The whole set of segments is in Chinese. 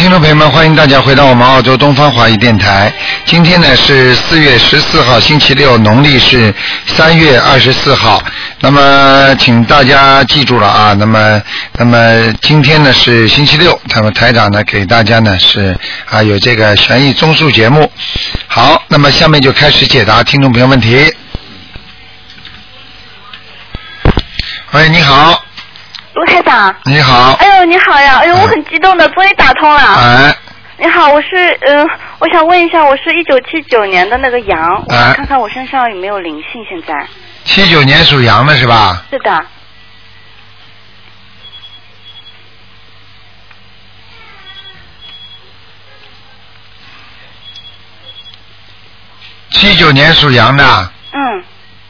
听众朋友们，欢迎大家回到我们澳洲东方华语电台。今天呢是4月14号，星期六，农历是3月24号。那么，请大家记住了啊。那么今天呢是星期六，那么台长呢给大家呢是有这个悬疑综述节目。好，那么下面就开始解答听众朋友问题。喂，你好。 卢台长， 你好。 哎呦，你好呀！哎呦，我很激动的，终于打通了。 哎。 你好，我想问一下，我是1979年的那个羊，我想看看我身上有没有灵性。现在。 79年属羊的是吧？ 是的。 79年属羊的。 嗯。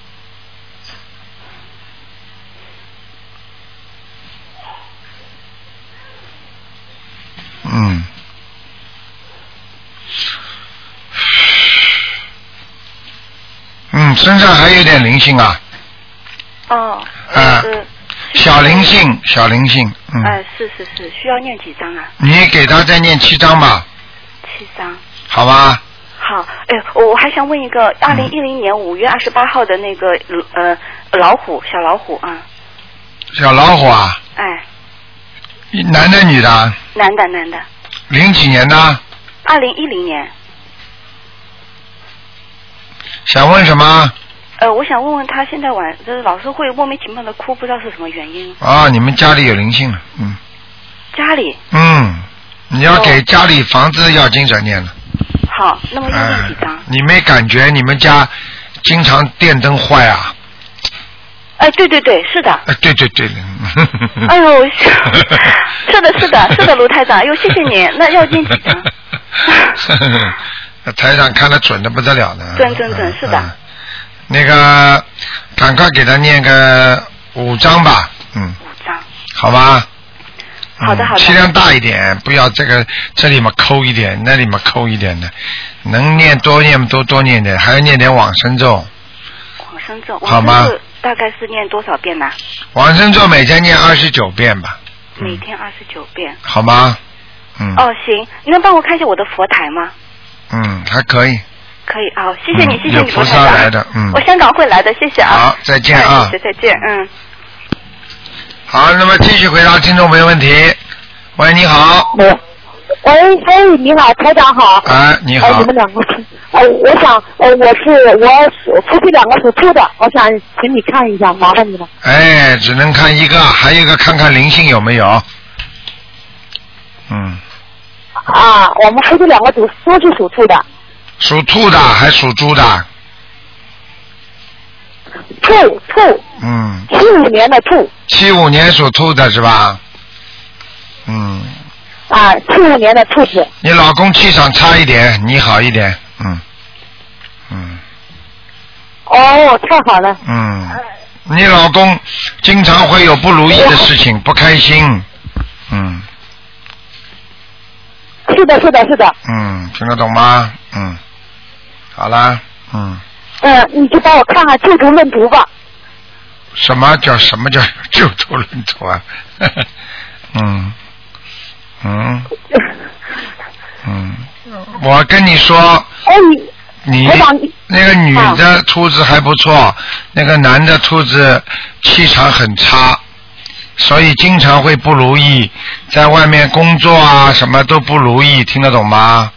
身上还有点灵性啊。 哦。 小灵性。 是，需要念几张啊？ 你给他再念7张吧。 7张。 好吧。 好，我还想问一个，2010年5月28号的那个小老虎啊。 小老虎啊。 哎。 男的女的？ 男的。 零几年的 ？2010年。 想问什么？ 我想问问他现在就是老是会莫名其妙的哭，不知道是什么原因。 你们家里有灵性了， 家里？ 你要给家里房子要经者念了。 好，那么要念几张？ 你没感觉你们家经常电灯坏啊？ 对，是的。 对。 哎呦，是的，卢台长，谢谢你。那要念几张？ 台长看得准的不得了的。 准，是的。 那个，赶快给他念个5张吧。5 张。 好吧。 好的。 气量大一点，不要这里嘛抠一点，那里嘛抠一点的，能念多念多念点，还要念点往生咒。 往生咒。 好吗？ 大概是念多少遍呢？ 往生咒每天念29遍吧。 每天29遍。 好吗？ 行，你能帮我看一下我的佛台吗？ 还可以。 可以啊，谢谢你，谢谢你， 有菩萨来的， 我香港会来的，谢谢啊。 好，再见啊。 谢谢，再见， 好，那么继续回答听众朋友问题。喂，你好。 喂，你好，台长好。 你好。 你们两个是，我想，我夫妻两个属兔的，我想请你看一下，麻烦你了。 只能看一个，还有一个看看灵性有没有。 我们夫妻两个都是属兔的。 属兔的还属猪的？ 兔。75年的兔。 75年属兔的是吧 ？75年的兔子。 你老公气场差一点，你好一点。 太好了。 你老公经常会有不如意的事情，不开心。 是的。 听得懂吗？好啦。 你就帮我看看救主论图吧。 什么叫救主论图啊？我跟你说。你那个女的兔子还不错，那个男的兔子气场很差，所以经常会不如意，在外面工作啊什么都不如意，听得懂吗？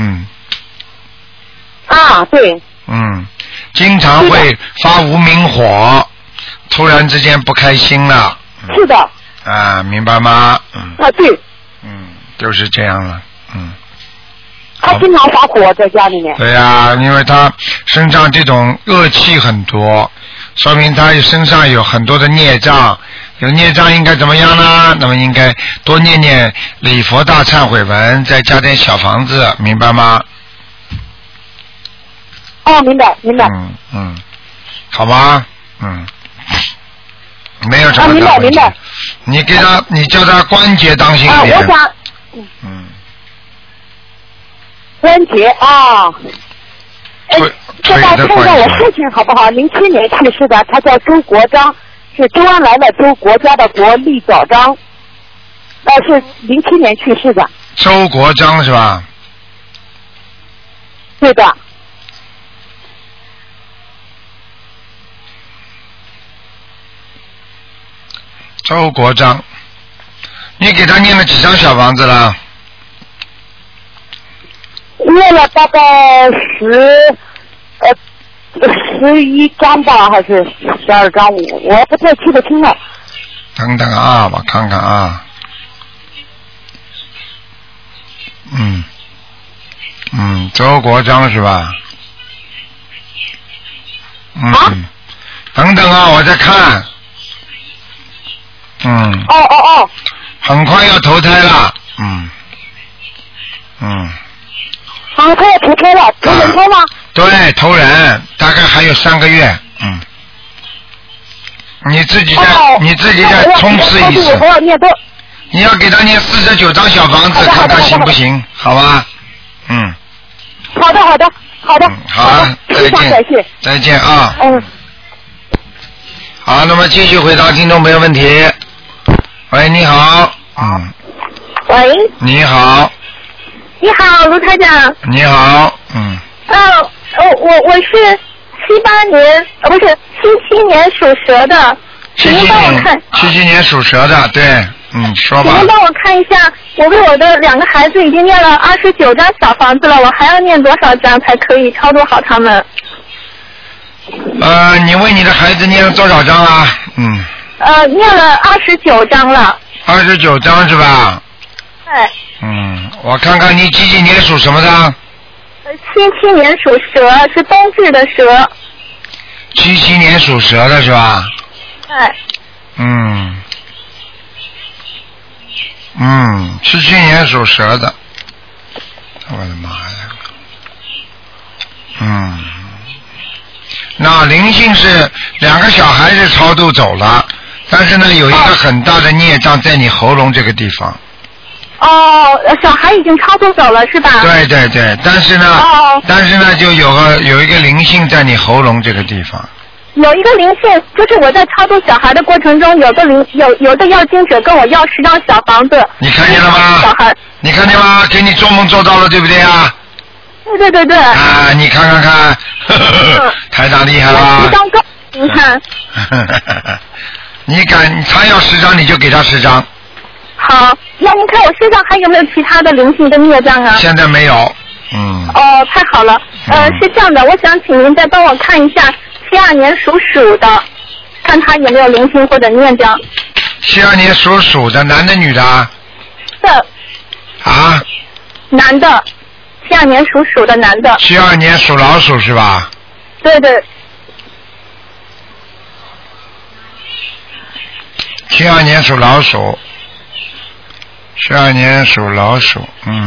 对。 经常会发无名火，突然之间不开心了。 是的。 明白吗？ 对。 就是这样了。 他经常发火在家里面。 对呀，因为他身上这种恶气很多，说明他身上有很多的孽障。有孽障应该怎么样呢？那么应该多念念礼佛大忏悔文，再加点小房子，明白吗？ 明白。 好吗？没有什么大问题。 明白。 你叫他关节当心一点。 我想。关节再看看我父亲好不好？07年去世的，他叫周国璋，是周恩来的周，国家的国，立早章，是07年去世的。 周国璋是吧？ 对的。 周国璋，你给他念了几张小房子了？ 念了大概11张吧，还是12张？我不太记得清了。 等等啊，我看看啊。周国璋是吧？等等啊，我在看。很快要投胎了。 很快要投胎了，投人胎吗？ 对，投人，大概还有3个月。你自己再冲刺一次。你要给他念49张小房子，看看行不行？好吧。 好的。 好啊，再见啊。好，那么继续回答听众朋友问题。喂，你好。 喂。 你好。 你好，卢台长。 你好。 我是78年，不是77年属蛇的。请您帮我看。 77年属蛇的，对。说吧。 请您帮我看一下，我为我的2个孩子已经念了29张小房子了，我还要念多少张才可以超度好他们？ 你为你的孩子念了多少张啊？ 念了29张了。 29张是吧？ 对。 我看看你几年属什么的 ？77年属蛇，是冬至的蛇。 77年属蛇的是吧？ 对。 77年属蛇的，我的妈呀！那灵性是2个小孩子超度走了，但是呢，有一个很大的孽障在你喉咙这个地方。 小孩已经超度走了是吧？ 对，但是呢，就有一个灵性在你喉咙这个地方。 有一个灵性，就是我在超度小孩的过程中，有的要经者跟我要10张小房子。 你看见了吗？ 小孩， 你看见吗？给你做梦做到了，对不对啊？ 对。 啊，你看，台长厉害了。 10张够，您看。 他要10张，你就给他10张。 好，那您看我身上还有没有其他的灵性跟孽障啊？ 现在没有。 太好了。是这样的，我想请您再帮我看一下72年属鼠的，看他有没有灵性或者孽障。 72年属鼠的，男的女的啊？ 的。 啊？ 男的，72年属鼠的男的。 72年属老鼠是吧？ 对。 72年属老鼠。72年属老鼠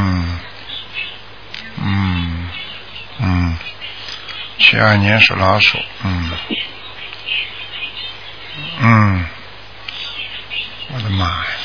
，72年属老鼠，我的妈呀，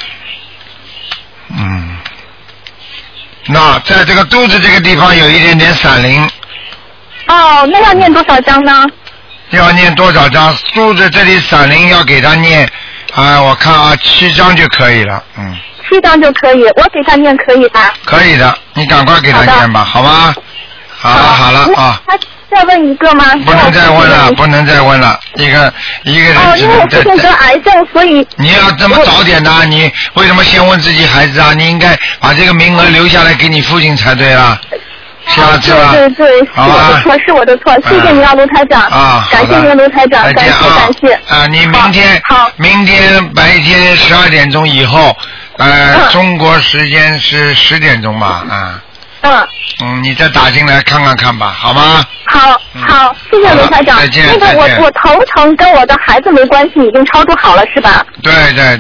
那在这个肚子这个地方有一点点闪灵。 那要念多少章呢？ 要念多少章？肚子这里闪灵要给他念，我看7章就可以了 7章就可以，我给他念可以吧？ 可以的，你赶快给他念吧，好吗？好了啊。 他再问一个吗？ 不能再问了，一个人因为我父亲得癌症，所以。 你要这么早点的，你为什么先问自己孩子啊？你应该把这个名额留下来给你父亲才对啊。是吧？ 对，是我的错，谢谢您啊，卢台长。感谢您，卢台长，感谢。 你明天白天12点钟以后，中国时间是10点钟吧？你再打进来看吧，好吗？ 好，谢谢卢台长。 再见。 那个我头疼跟我的孩子没关系，已经超度好了是吧？ 对，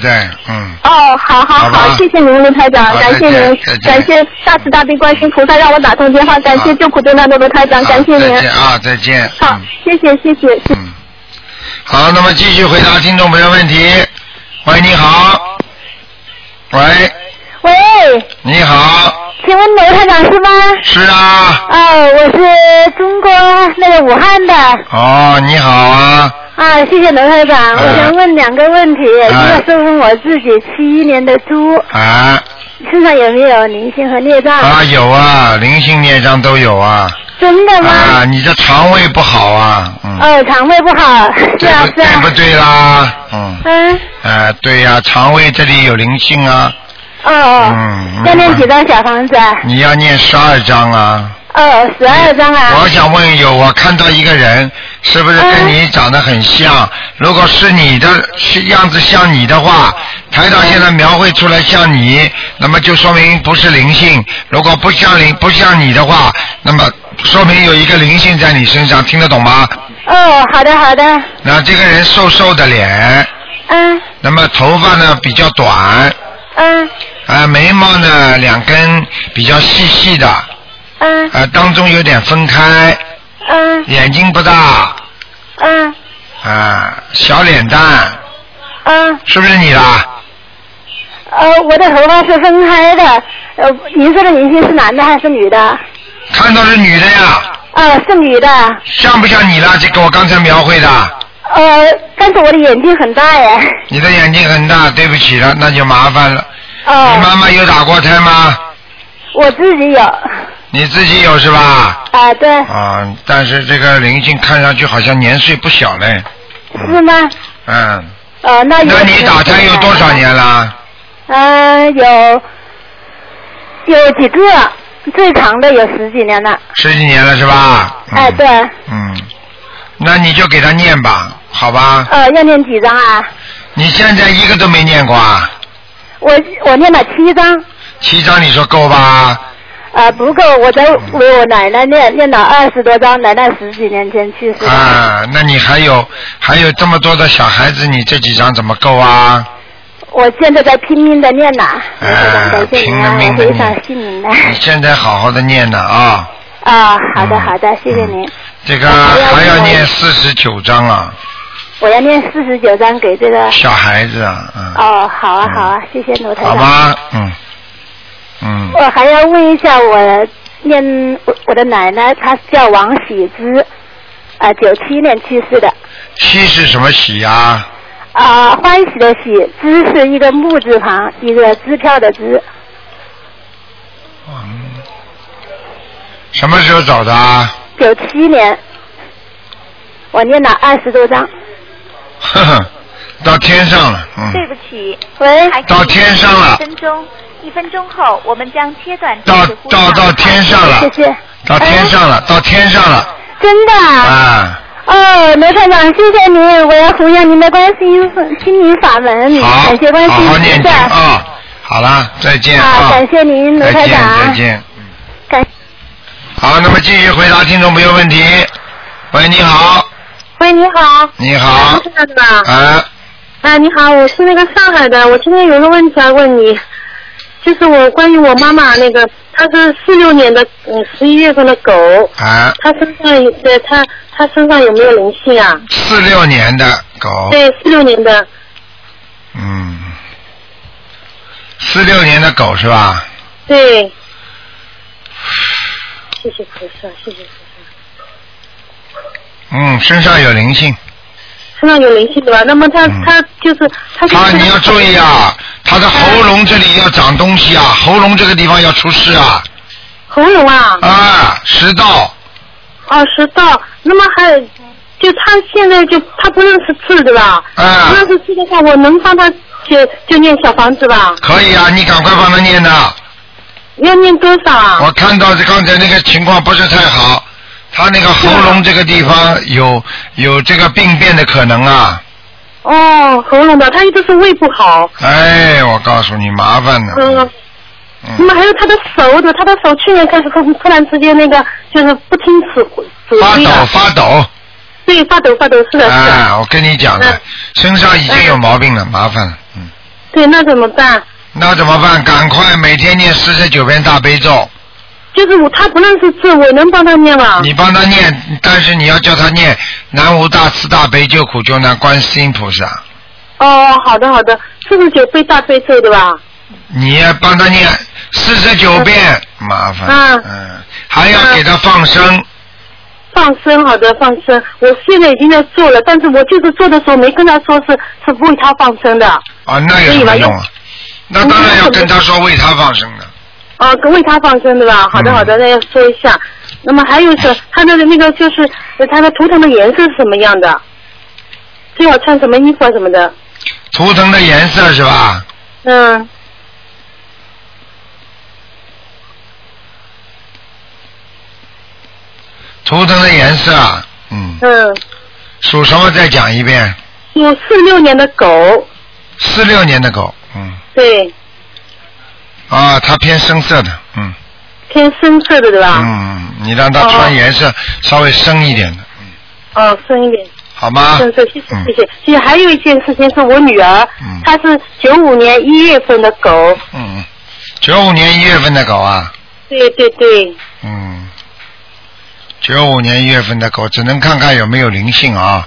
好，谢谢您卢台长，感谢您，感谢大慈大悲观世音菩萨让我打通电话，感谢救苦救难的卢台长，感谢您。 再见。 好，谢谢。 好，那么继续回答听众朋友问题。喂，你好。喂。你好。 请问卢台长是吗？ 是啊。 我是中国那个武汉的。 你好啊。 谢谢卢台长，我想问2个问题，一个是问我自己71年的猪。 身上有没有灵性和孽障？ 啊，有啊，灵性孽障都有啊。 真的吗？ 啊，你这肠胃不好啊， 肠胃不好，是啊是啊。 对不对啦？对呀，肠胃这里有灵性啊。 要念几张小房子啊？ 你要念12张啊。 12张啊。 我想问我看到一个人，是不是跟你长得很像？如果是你的样子像你的话，台长现在描绘出来像你，那么就说明不是灵性；如果不像你的话，那么说明有一个灵性在你身上，听得懂吗？ 好的好的。 那这个人瘦瘦的脸。那么头发呢比较短。眉毛呢2根比较细细的。当中有点分开。眼睛不大。小脸蛋。是不是你啦？ 我的头发是分开的。您说的灵性是男的还是女的？ 看到是女的呀。 是女的。 像不像你啦？这个我刚才描绘的。 但是我的眼睛很大耶。 你的眼睛很大，对不起了，那就麻烦了。你妈妈有打过胎吗？ 我自己有。 你自己有是吧？ 对。 但是这个灵性看上去好像年岁不小嘞。 是吗？那你打胎有多少年了？ 有几个，最长的有10几年了。 10几年了是吧？ 对。 那你就给他念吧，好吧？ 要念几张啊？ 你现在一个都没念过啊？ 我念了7张。 7张你说够吧？ 不够，我在为我奶奶念了20多张，奶奶10几年前去世的。 那你还有这么多的小孩子，你这几张怎么够啊？ 我现在在拼命的念呐。 拼了命的念。 我非常信您的。 你现在好好的念呢啊。 好的好的，谢谢您。 这个还要念49张啊。 我要念49张给这个小孩子啊。 好啊好啊，谢谢卢台长。 好吧， 我还要问一下，我的奶奶，她叫王喜芝，97年去世的。 喜是什么喜啊？ 欢喜的喜，芝是一个木字旁，一个支票的支。 什么时候走的啊 ？97年，我念了20多章。 呵呵，到天上了。 对不起， 喂， 到天上了。 1分钟后，我们将切断。 到天上了。 谢谢。 到天上了，到天上了。 真的啊？罗台长，谢谢您，我要弘扬您的观世音心灵法门，感谢观世音菩萨。 好好念经啊！好了，再见啊！ 感谢您，罗台长。 再见。好，那么继续回答听众朋友问题。喂，你好。 喂，你好。 你好。 是的。你好，我是那个上海的，我今天有个问题要问你，就是我关于我妈妈那个，她是46年的11月份的狗。她身上有没有灵性啊 ？46年的狗。 对，46年的。 46年的狗是吧？ 对。谢谢菩萨，谢谢菩萨。 身上有灵性。 身上有灵性对吧？那么他就是你要注意啊，他的喉咙这里要长东西啊，喉咙这个地方要出事啊。 喉咙啊？ 食道。 食道。那么就他现在他不认识字对吧？不认识字的话，我能帮他就念小房子吧？ 可以啊，你赶快帮他念的。 要念多少啊？ 我看到刚才那个情况不是太好，他那个喉咙这个地方有这个病变的可能啊。 喉咙的，他一直是胃不好。 我告诉你麻烦了。 那么还有他的手去年开始突然之间那个就是不听指挥了。 发抖。 对，发抖是的。 我跟你讲的，身上已经有毛病了，麻烦了。 对，那怎么办？ 赶快每天念49遍大悲咒。 就是他不认识字，我能帮他念吗？ 你帮他念，但是你要叫他念南无大慈大悲救苦救难观世音菩萨。 好的，49遍大悲咒对吧？ 你要帮他念49遍，麻烦。还要给他放生。 放生，好的，放生。我现在已经在做了，但是我就是做的时候没跟他说是为他放生的。 那有什么用啊？ 那当然要跟他说为他放生的。 哦，为他放生对吧？好的好的，那要说一下。那么还有是他的那个就是他的图腾的颜色是什么样的？最好穿什么衣服啊什么的？ 图腾的颜色是吧？ 嗯。 图腾的颜色啊，属什么？再讲一遍。 属46年的狗。 46年的狗， 对。 啊，它偏深色的， 偏深色的对吧？ 你让它穿颜色稍微深一点的， 深一点。 好吗？ 深色，谢谢。其实还有一件事情是我女儿，她是95年1月份的狗。 95年1月份的狗啊？ 对。 95年1月份的狗，只能看看有没有灵性啊。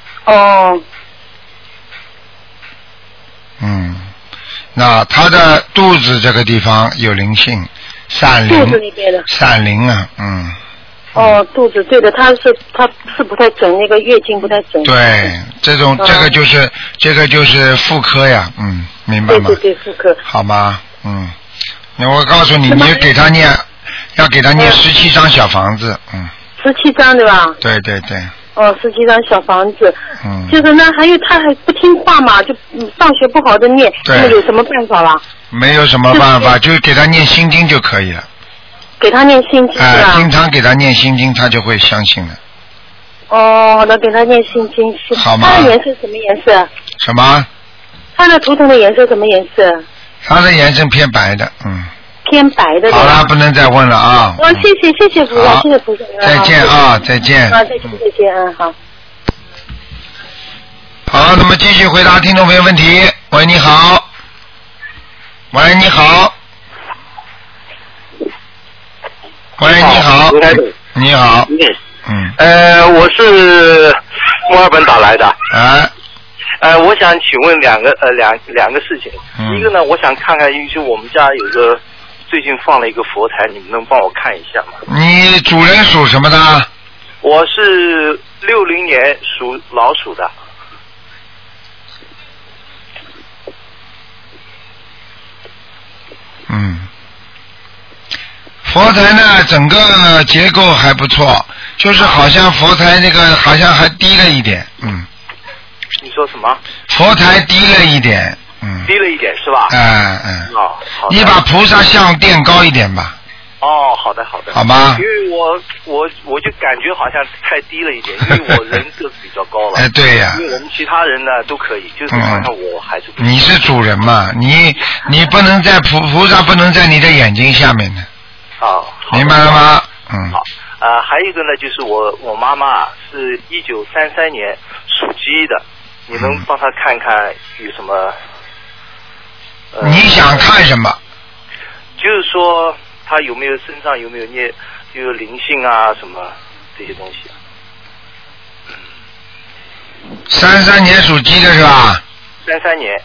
那它的肚子这个地方有灵性，闪灵。肚子那边的。闪灵啊， 肚子对的，它是不太准，那个月经不太准。 对，这个就是妇科呀，明白吗？ 对，妇科。 好吗？那我告诉你，你要给他念17张小房子 ，17张对吧？ 对。 17张小房子。就是那还有他还不听话嘛，就上学不好的念，那么有什么办法啦？ 没有什么办法，就给他念心经就可以了。 给他念心经是吧？ 经常给他念心经，他就会相信的。 好的，给他念心经。 好吗？ 他的颜色什么颜色？ 什么？ 他的图腾的颜色什么颜色？ 他的颜色偏白的， 偏白的。 好了，不能再问了啊！ 谢谢菩萨，谢谢菩萨。 再见啊，再见。 再见，好。 好，那么继续回答听众朋友问题。喂，你好。喂，你好。喂，你好。你好。 我是墨尔本打来的。我想请问两个事情。一个呢，我想看看，因为我们家有个最近放了一个佛台，你们能帮我看一下吗？ 你主人属什么的？ 我是60年属老鼠的。 佛台呢，整个结构还不错，就是好像佛台那个好像还低了一点， 你说什么？ 佛台低了一点， 低了一点是吧？ 好。你把菩萨像垫高一点吧。 好的。 好吧。 因为我就感觉好像太低了一点，因为我人个子比较高了。 对呀。 因为我们其他人呢都可以，就是好像我还是。 你是主人嘛？你不能在菩萨不能在你的眼睛下面的。明白了吗？ 好。还有一个呢，就是我妈妈是1933年属鸡的，你能帮她看看有什么？ 你想看什么？ 就是说她有没有身上有没有有灵性啊什么这些东西 ？33年属鸡的是吧 ？33年。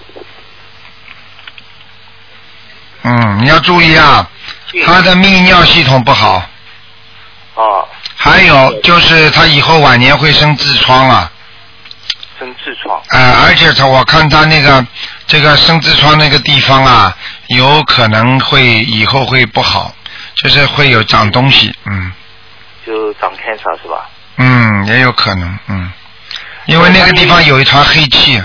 你要注意啊，他的泌尿系统不好。还有就是他以后晚年会生痔疮啊。 生痔疮。 而且我看他这个生痔疮那个地方啊，有可能会以后会不好，就是会有长东西， 就长 cancer 是吧？ 也有可能，因为那个地方有一团黑气，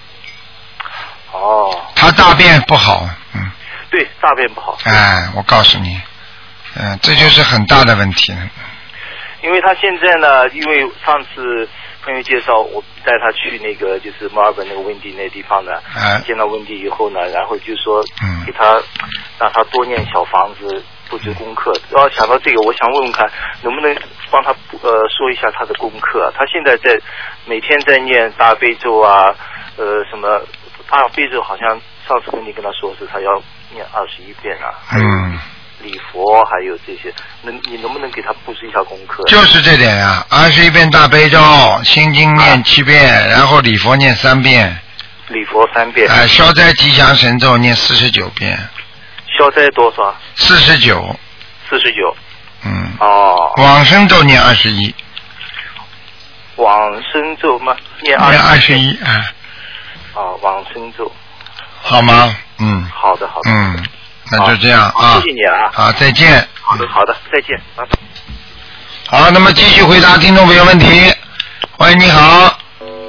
他大便不好， 对，大便不好。 我告诉你，这就是很大的问题了。 因为他现在呢，因为上次朋友介绍，我带他去那个就是墨尔本那个温蒂那地方呢，见到温蒂以后呢，然后就说给他让他多念小房子，布置功课。想到这个，我想问问看，能不能帮他说一下他的功课？他现在每天在念大悲咒啊，什么大悲咒，好像上次温蒂跟他说是他要念21遍啊，还有礼佛，还有这些，你能不能给他布置一下功课？ 就是这点呀，21遍大悲咒，心经念7遍，然后礼佛念3遍。 礼佛3遍。 消灾吉祥神咒念49遍。 消灾多少 ？49。 49。 往生咒念21。 往生咒吗？念 21。 往生咒。 好吗？ 好的。 那就这样啊。 谢谢你啊。 好，再见。 好的，再见。 好，那么继续回答听众朋友问题。喂，你好。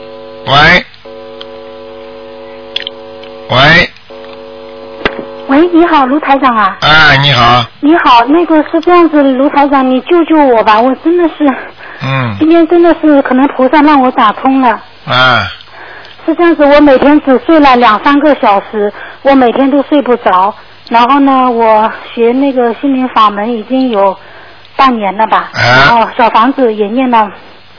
喂，你好，卢台长啊。 哎，你好。 你好，那个是这样子，卢台长，你救救我吧，我真的是，今天真的是可能菩萨让我打通了。是这样子，我每天只睡了2-3个小时，我每天都睡不着。然后呢，我学那个心灵法门已经有半年了吧，然后小房子也念了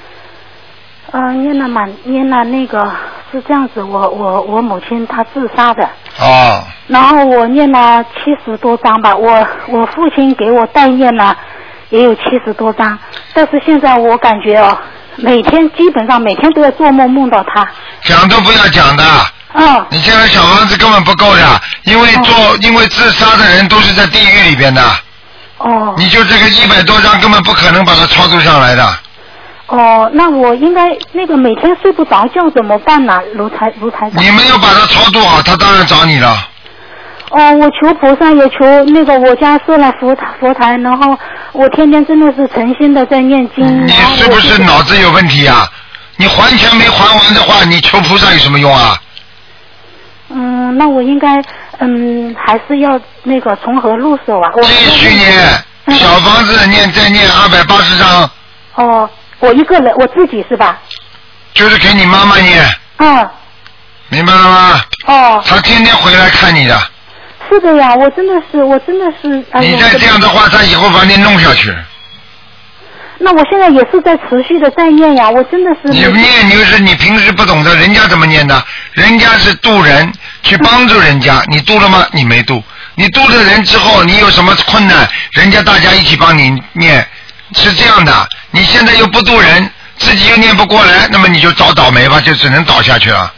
那个是这样子，我母亲她自杀的。然后我念了70多章吧，我父亲给我代念了也有70多章，但是现在我感觉基本上每天都在做梦，梦到他。 讲都不要讲的。你现在小房子根本不够的，因为自杀的人都是在地狱里边的。你就这个100多章根本不可能把它超度上来的。 那我应该那个每天睡不着觉怎么办呢？卢台长。 你没有把它超度好，他当然找你了。 我求菩萨也求那个我家设了佛台，然后我天天真的是诚心的在念经。 你是不是脑子有问题啊？你还钱没还完的话，你求菩萨有什么用啊？ 那我应该还是要那个从何入手啊？ 继续念小房子再念280章。 我一个人我自己是吧？ 就是给你妈妈念。明白了吗？他天天回来看你的。 是的呀，我真的是。 你再这样的话，他以后把你弄下去。 那我现在也是在持续的在念呀，我真的是。 你念就是你平时不懂的，人家怎么念的？人家是渡人，去帮助人家，你渡了吗？你没渡。你渡了人之后，你有什么困难，人家大家一起帮你念，是这样的。你现在又不渡人，自己又念不过来，那么你就找倒霉吧，就只能倒下去了。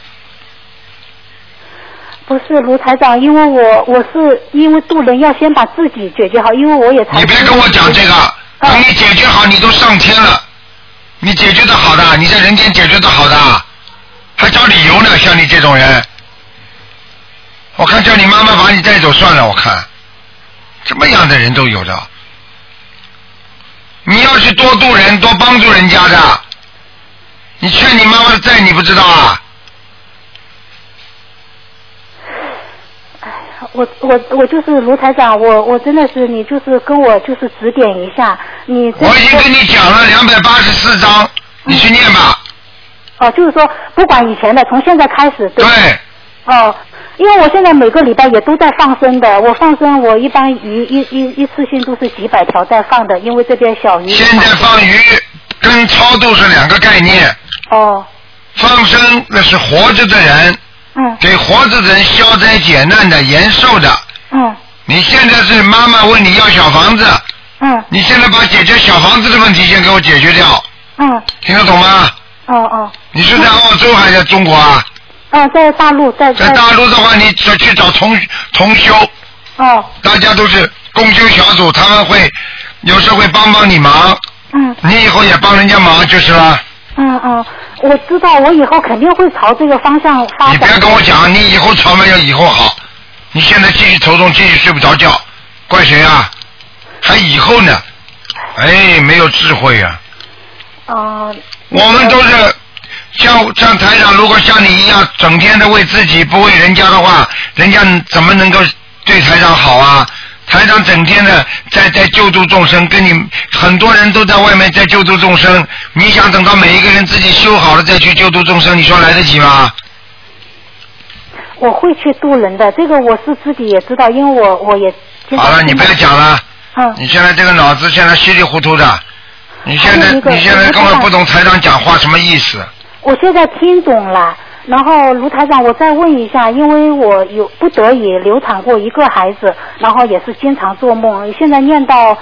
不是卢台长，因为我是因为渡人要先把自己解决好，因为我也才。 你别跟我讲这个，等你解决好，你都上天了，你解决的好的，你在人间解决的好的，还找理由呢，像你这种人，我看叫你妈妈把你带走算了，我看，什么样的人都有的。你要去多渡人，多帮助人家的，你欠你妈妈的债你不知道啊？ 我就是卢台长，我真的是你就是跟我就是指点一下你。 我已经跟你讲了284章，你去念吧。 就是说不管以前的，从现在开始。对。因为我现在每个礼拜也都在放生的，我放生我一般鱼一次性都是几百条在放的，因为这边小鱼。 现在放鱼跟超度是2个概念。放生那是活着的人。给活着的人消灾解难的延寿的。你现在是妈妈问你要小房子。你现在把解决小房子的问题先给我解决掉。听得懂吗？你是在澳洲还是在中国啊？ 在大陆。在大陆的话，你去找同修。大家都是共修小组，他们会有时候会帮你忙。你以后也帮人家忙就是了。 我知道，我以后肯定会朝这个方向发展。 你不要跟我讲，你以后朝没有以后好，你现在继续头痛，继续睡不着觉，怪谁啊？还以后呢？没有智慧啊！我们都是像台长，如果像你一样整天的为自己不为人家的话，人家怎么能够对台长好啊？台长整天的在救度众生，跟你很多人都在外面在救度众生，你想等到每一个人自己修好了再去救度众生，你说来得及吗？ 我会去渡人的，这个我是自己也知道，因为我也。 好了，你不要讲了。你现在这个脑子现在稀里糊涂的，你现在根本不懂台长讲话什么意思。 我现在听懂了。然后卢台长，我再问一下，因为我有不得已流产过一个孩子，然后也是经常做梦，现在念到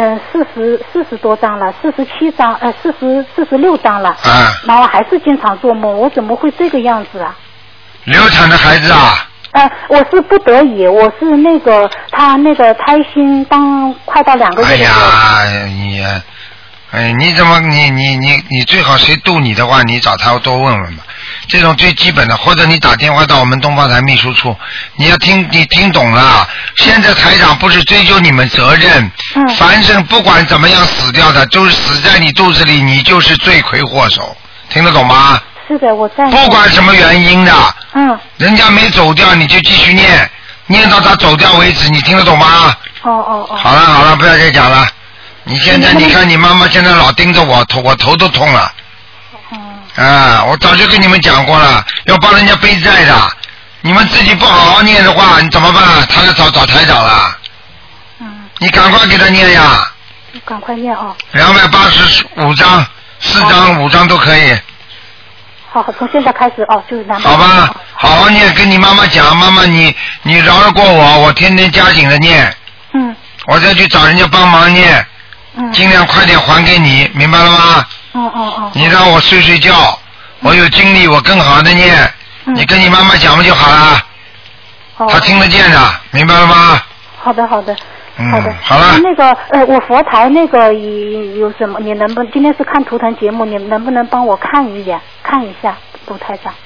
40多章了，47章46章了，然后还是经常做梦，我怎么会这个样子啊？ 流产的孩子啊？ 我是不得已，我是那个他那个胎心快到2个月的时候。 哎，你怎么你最好谁度你的话，你找他多问问吧。这种最基本的，或者你打电话到我们东方台秘书处，你听懂了。现在台长不是追究你们责任，凡是不管怎么样死掉的，就是死在你肚子里，你就是罪魁祸首，听得懂吗？ 是的，我在。 不管什么原因的，人家没走掉，你就继续念到他走掉为止，你听得懂吗？ 哦。 好了，不要再讲了。你现在你看你妈妈现在老盯着我头都痛了。我早就跟你们讲过了，要帮人家背债的。你们自己不好好念的话，你怎么办？他就找台长了。你赶快给他念呀。 赶快念啊。 285章，4章、5章都可以。 好，从现在开始就是200。 好吧，好好念，跟你妈妈讲，妈妈你饶了过我天天加紧的念。我再去找人家帮忙念。尽量快点还给你，明白了吗？你让我睡觉，我有精力，我更好的念。你跟你妈妈讲不就好了？她听得见的，明白了吗？好的。好了。 那个我佛台那个有什么？你能不能今天是看图腾节目？你能不能帮我看一下卢台长？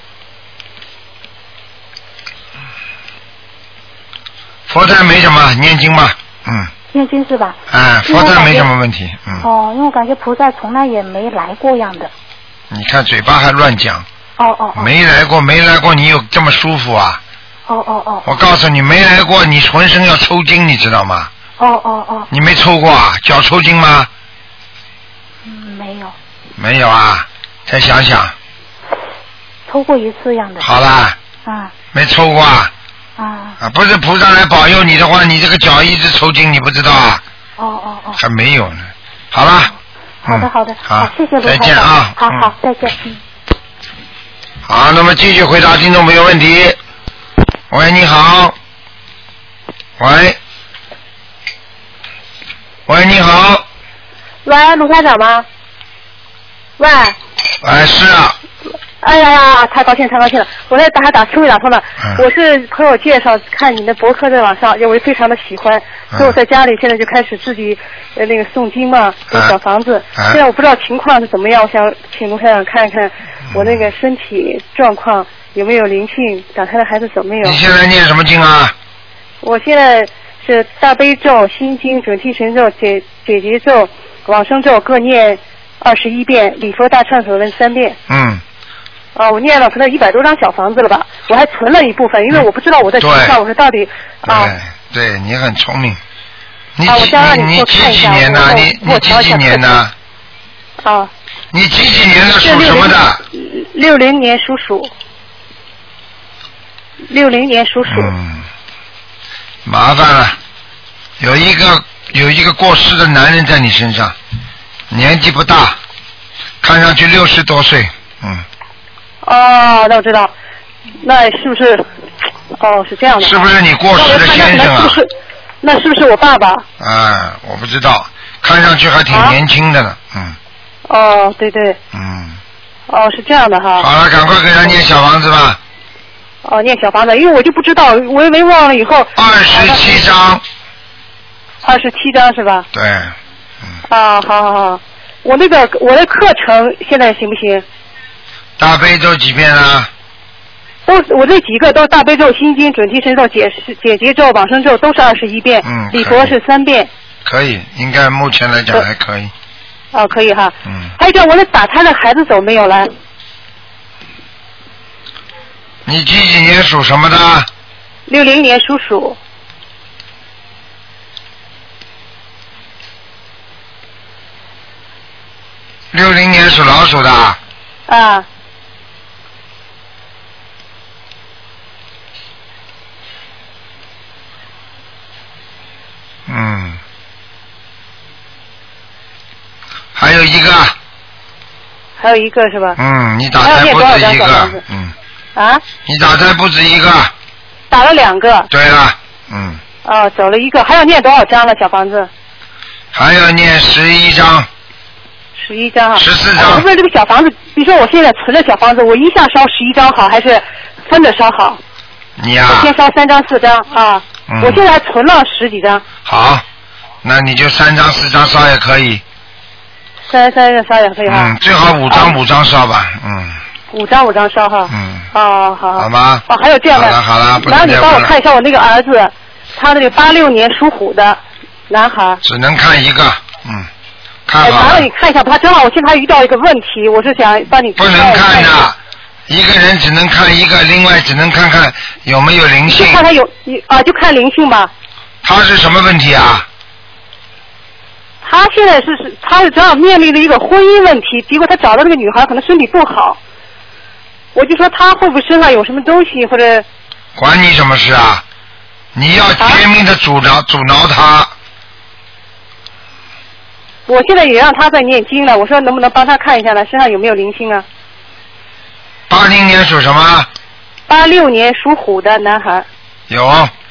佛台没什么，念经吧。 念经是吧？ 佛台没什么问题。 因为我感觉菩萨从来也没来过样的。 你看嘴巴还乱讲。没来过，你有这么舒服啊？我告诉你，没来过，你浑身要抽筋，你知道吗？你没抽过啊？脚抽筋吗？ 没有。 没有啊？再想想。 抽过一次样的。 好啦。没抽过啊？不是菩萨来保佑你的话，你这个脚一直抽筋，你不知道啊？还没有呢。好了。 好的。好，谢谢卢台长。 再见啊。 好，再见。 好，那么继续回答听众朋友问题。喂，你好。喂，你好。 喂，卢台长吗？喂。 是啊。 哎呀，太高兴了！我在终于打通了。我是朋友介绍看你的博客在网上，我非常的喜欢，所以我在家里现在就开始自己那个诵经嘛，有小房子。现在我不知道情况是怎么样，我想请卢台长看一看我那个身体状况有没有灵性，打胎的孩子走没有。 你现在念什么经啊？ 我现在是大悲咒、心经、准提神咒、解结咒、往生咒各念21遍，礼佛大忏悔文3遍。我念了可能100多张小房子了吧，我还存了一部分，因为我不知道我的情况，我说到底对，你很聪明。 我想让你几几年的？你几几年的？你几年的属什么的 ？60年属鼠。60年属鼠。 麻烦了，有一个过世的男人在你身上，年纪不大，看上去60多岁。 那我知道，那是不是？是这样的。 是不是你过世的先生啊？ 那是不是我爸爸？ 我不知道，看上去还挺年轻的呢。 对。是这样的哈。 好了，赶快给他念小房子吧。 念小房子，因为我就不知道，我以为忘了以后。 27章。 27章是吧？ 对。 好。我的课程现在行不行？ 大悲咒几遍啊？ 我这几个都是大悲咒、心经、准提神咒、解结咒、往生咒都是21遍，礼佛是3遍。可以，应该目前来讲还可以。可以哈。还有一个，我的打胎的孩子走没有了？ 你几年属什么的 ？60年属鼠。 60年属老鼠的。还有一个。 还有一个是吧？ 你打胎不止一个。你打胎不止一个。 打了2个。 对了。 走了一个，还要念多少张了小房子？ 还要念11张。 11张 14张。 我问这个小房子，比如说我现在存的小房子，我一下烧11张好，还是分着烧好？ 你呀。 我先烧3张4张我现在还存了10几张。 好，那你就3张4张烧也可以。 3张烧也可以哈。 最好5张烧吧。 5张烧哈。好。 好吗？ 还有这样的。 好了， 然后你帮我看一下我那个儿子，他那个86年属虎的男孩。 只能看一个，看好。 麻烦你看一下，他正好我现在遇到一个问题，我是想帮你。 不能看的，一个人只能看一个，另外只能看看有没有灵性。 就看他就看灵性吧。 他是什么问题啊？ 他现在他正好面临了一个婚姻问题，结果他找到那个女孩可能身体不好，我就说他会不会身上有什么东西或者？ 管你什么事啊！你要拼命的阻挠他。 我现在也让他在念经了，我说能不能帮他看一下呢？身上有没有灵性啊 ？80年属什么 ？86年属虎的男孩。 有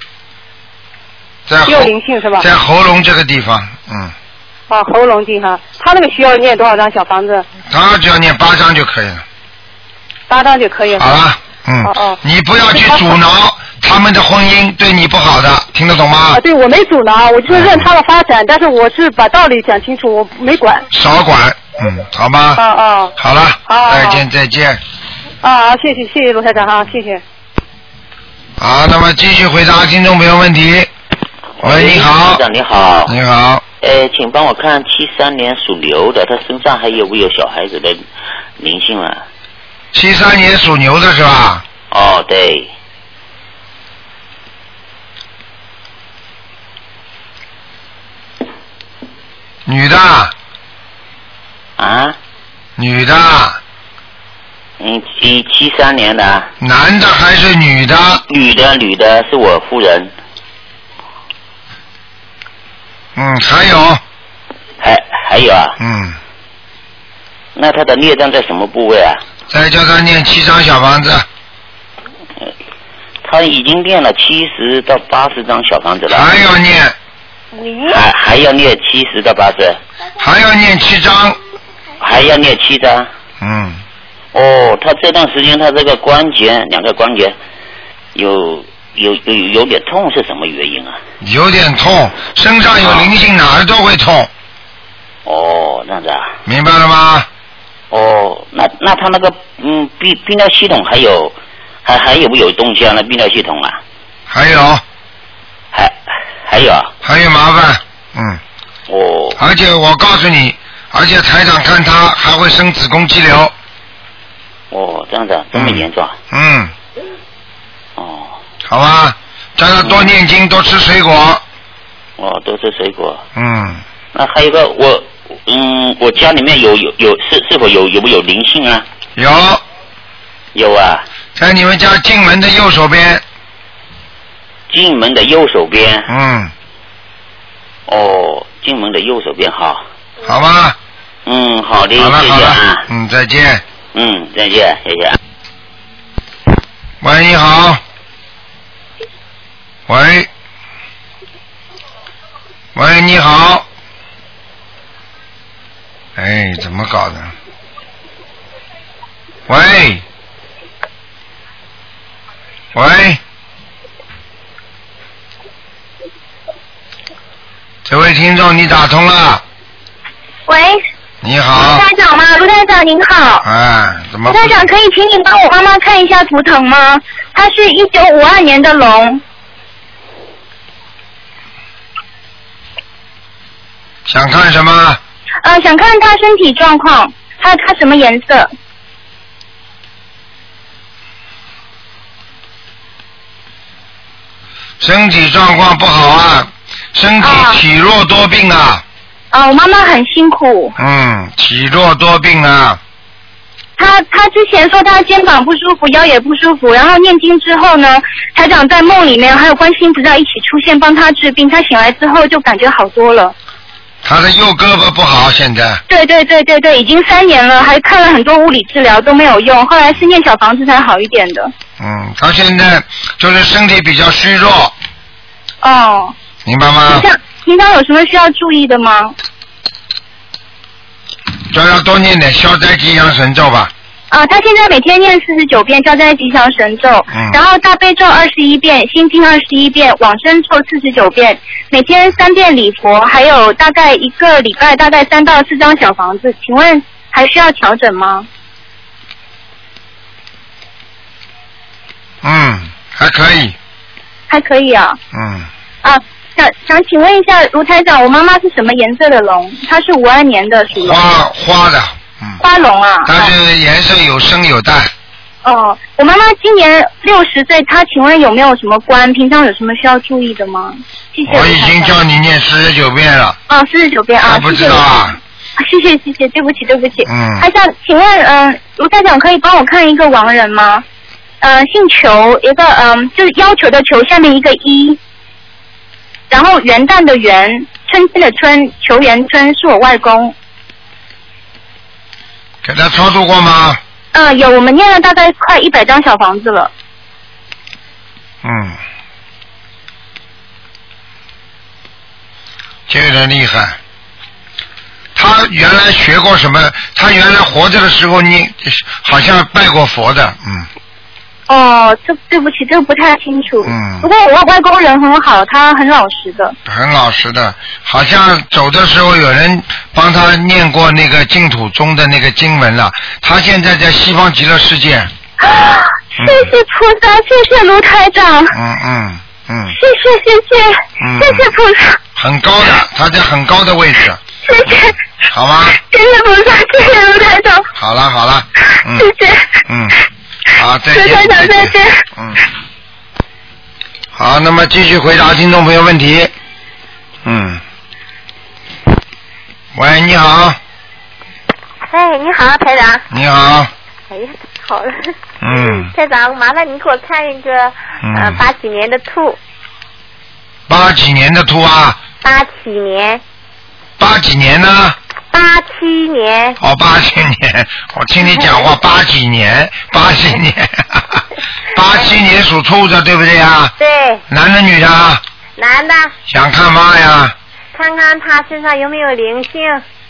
灵性是吧？ 在喉咙这个地方， 喉咙地方，他那个需要念多少张小房子？ 他只要念8张就可以了。 8张就可以了。 好了，你不要去阻挠他们的婚姻，对你不好的，听得懂吗？ 对，我没阻挠，我就是任他们发展，但是我是把道理讲清楚，我没管。 少管，好吗？好了，再见。 谢谢卢台长哈，谢谢。 好，那么继续回答听众朋友问题。喂，你好。 台长你好。 你好。 请帮我看73年属牛的，他身上还有没有小孩子的灵性啊 ？73年属牛的是吧？ 哦，对。 女的。 啊？ 女的。 73年的。 男的还是女的？ 女的是我夫人。 还有。 还有啊。那他的孽障在什么部位啊？ 再叫他念7张小房子。 他已经念了70到80张小房子了。 还要念。 还要念70到80。 还要念7张。 还要念7张。他这段时间他这个2个关节有点痛，是什么原因啊？有点痛， 身上有灵性，哪儿都会痛。 这样子啊。 明白了吗？ 那他那个泌尿系统还有没有东西啊？那泌尿系统啊？ 还有。 还有啊？ 还有麻烦。而且我告诉你，而且台长看他还会生子宫肌瘤。 这样子，这么严重啊？ 好吧，叫他多念经，多吃水果。 多吃水果。 那还有一个，我家里面是否有没有灵性啊？ 有啊。 在你们家进门的右手边。 进门的右手边。进门的右手边，好。 好吧。 好的， 好了， 谢谢啊。 再见。 再见，谢谢。 喂，你好。喂，你好。怎么搞的？喂，这位听众，你打通了。 喂。 你好。 卢台长吗？卢台长您好。 怎么？ 卢台长，可以请你帮我妈妈看一下图腾吗？她是1952年的龙。 想看什么？ 想看她身体状况，她什么颜色？ 身体状况不好啊，身体体弱多病啊。 我妈妈很辛苦。 体弱多病啊。 她之前说她肩膀不舒服，腰也不舒服，然后念经之后呢，台长在梦里面还有观世音菩萨一起出现帮她治病，她醒来之后就感觉好多了。 她的右胳膊不好，现在。 对，已经3年了，还看了很多物理治疗都没有用，后来是念小房子才好一点的。 她现在就是身体比较虚弱。明白吗？ 平常有什么需要注意的吗？ 就要多念点消灾吉祥神咒吧。 他现在每天念49遍消灾吉祥神咒，然后大悲咒21遍，心经21遍，往生咒49遍，每天3遍礼佛，还有大概1个礼拜大概3到4张小房子，请问还需要调整吗？ 还可以。 还可以啊。想请问一下卢台长，我妈妈是什么颜色的龙？她是52年的属龙。 花的。 花龙啊。 它是颜色有深有淡。 我妈妈今年60岁，她请问有没有什么关？平常有什么需要注意的吗？谢谢。 我已经叫你念49遍了。 49遍啊。 还不知道啊。 谢谢，对不起。还想请问卢台长可以帮我看一个亡人吗？姓裘，一个就是要求的裘，下面一个一，然后元旦的元，春天的春，裘元春是我外公。 给他超度过吗？ 有，我们念了大概快100张小房子了。 这个人厉害。他原来学过什么？他原来活着的时候，你好像拜过佛的。 这对不起，这个不太清楚。不过我外公人很好，他很老实的。 很老实的，好像走的时候有人帮他念过那个净土宗的那个经文了。他现在在西方极乐世界。 谢谢菩萨，谢谢卢台长。谢谢菩萨。 很高的，他在很高的位置。 谢谢。 好吗？ 谢谢菩萨，谢谢卢台长。 好了。 谢谢。 好，再见。 再见。 好，那么继续回答听众朋友问题。喂，你好。 你好，台长。 你好。 哎呀，好了。台长，麻烦你给我看一个80几年的兔。 80几年的兔啊 ？87年。 80几年呢 ？87年。 87年，我听你讲话80几年，80年，87年属兔子，对不对呀？ 对。 男的女的？ 男的。 想看嘛呀？ 看看他身上有没有灵性。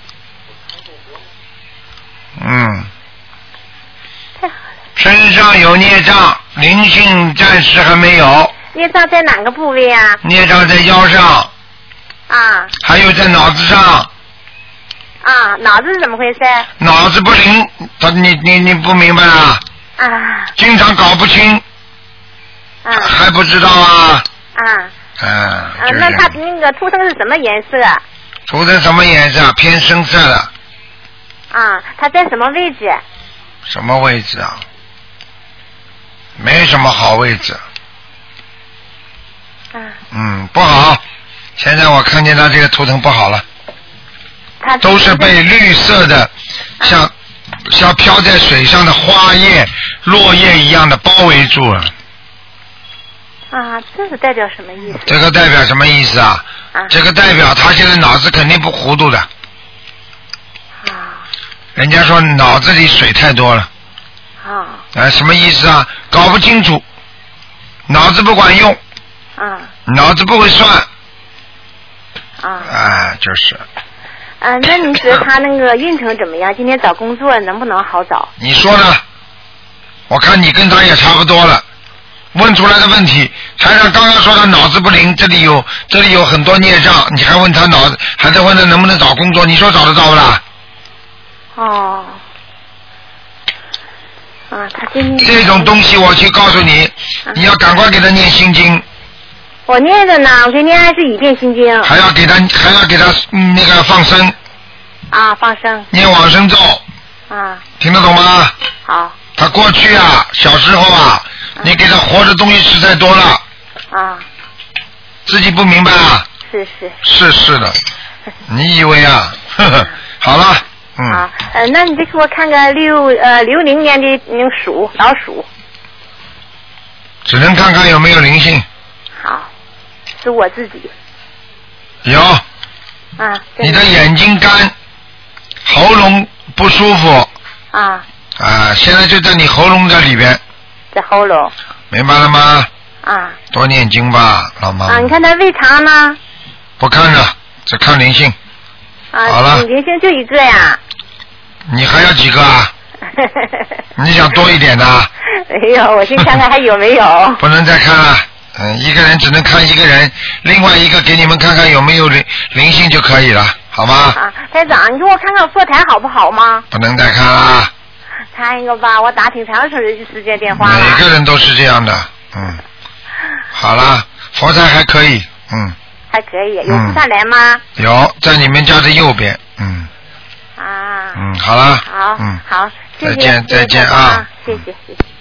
身上有孽障，灵性暂时还没有。 孽障在哪个部位啊？ 孽障在腰上。还有在脑子上。 脑子是怎么回事？ 脑子不灵，你不明白啊？经常搞不清。还不知道啊？ 那他那个图腾是什么颜色？ 图腾什么颜色？偏深色的。 他在什么位置？ 什么位置啊？没什么好位置。不好。现在我看见他这个图腾不好了。都是被绿色的，像飘在水上的花叶、落叶一样的包围住了。 这是代表什么意思？ 这个代表什么意思啊？这个代表他现在脑子肯定不糊涂的。人家说脑子里水太多了。什么意思啊？搞不清楚，脑子不管用。脑子不会算。就是。 那你觉得他那个运程怎么样？今天找工作能不能好找？ 你说呢？我看你跟他也差不多了。问出来的问题，台长刚刚说他脑子不灵，这里有很多孽障，你还问他还在问他能不能找工作？你说找得到不啦？ 他今天这种东西我去告诉你，你要赶快给他念心经。 我念着呢，我给念21遍心经。 还要给他那个放生。 放生。 念往生咒。听得懂吗？ 好。 他过去小时候你给他活的东西吃太多了。自己不明白啊？是的。你以为啊？好了。 那你再给我看看60年的那个老鼠。 只能看看有没有灵性。 好。是我自己。 有。你的眼睛干，喉咙不舒服。现在就在你喉咙这里边。 在喉咙。 明白了吗？多念经吧，老妈。 你看他胃肠呢？ 不看了，只看灵性。好了。 灵性就一个呀。 你还要几个啊？ 你想多一点的？ 没有，我先看看还有没有。 不能再看了，一个人只能看一个人，另外一个给你们看看有没有灵性就可以了，好吗？ 啊，台长，你给我看看佛台好不好吗？ 不能再看了。 看一个吧，我打挺长时间电话了。 每个人都是这样的，好了，佛台还可以， 还可以，有菩萨来吗？ 有，在你们家的右边，好了。 好， 再见再见啊！ 谢谢。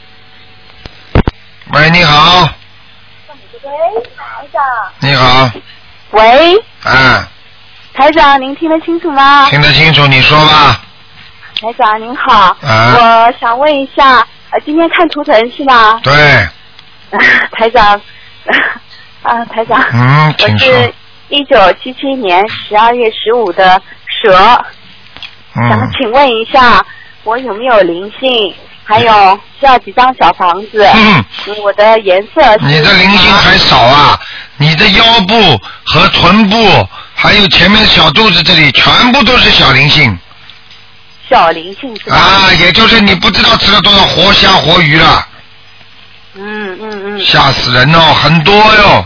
喂，你好。 喂，台长。 你好。 喂。台长，您听得清楚吗？ 听得清楚，你说吧。 台长您好，我想问一下，今天看图腾是吗？ 对。 台长，台长，我是1977年12月15的蛇，想请问一下，我有没有灵性？还有需要几张小房子？我的颜色是。 你的灵性还少啊！你的腰部和臀部，还有前面小肚子这里，全部都是小灵性。 小灵性是吧？ 也就是你不知道吃了多少活虾活鱼了。吓死人哦，很多哟。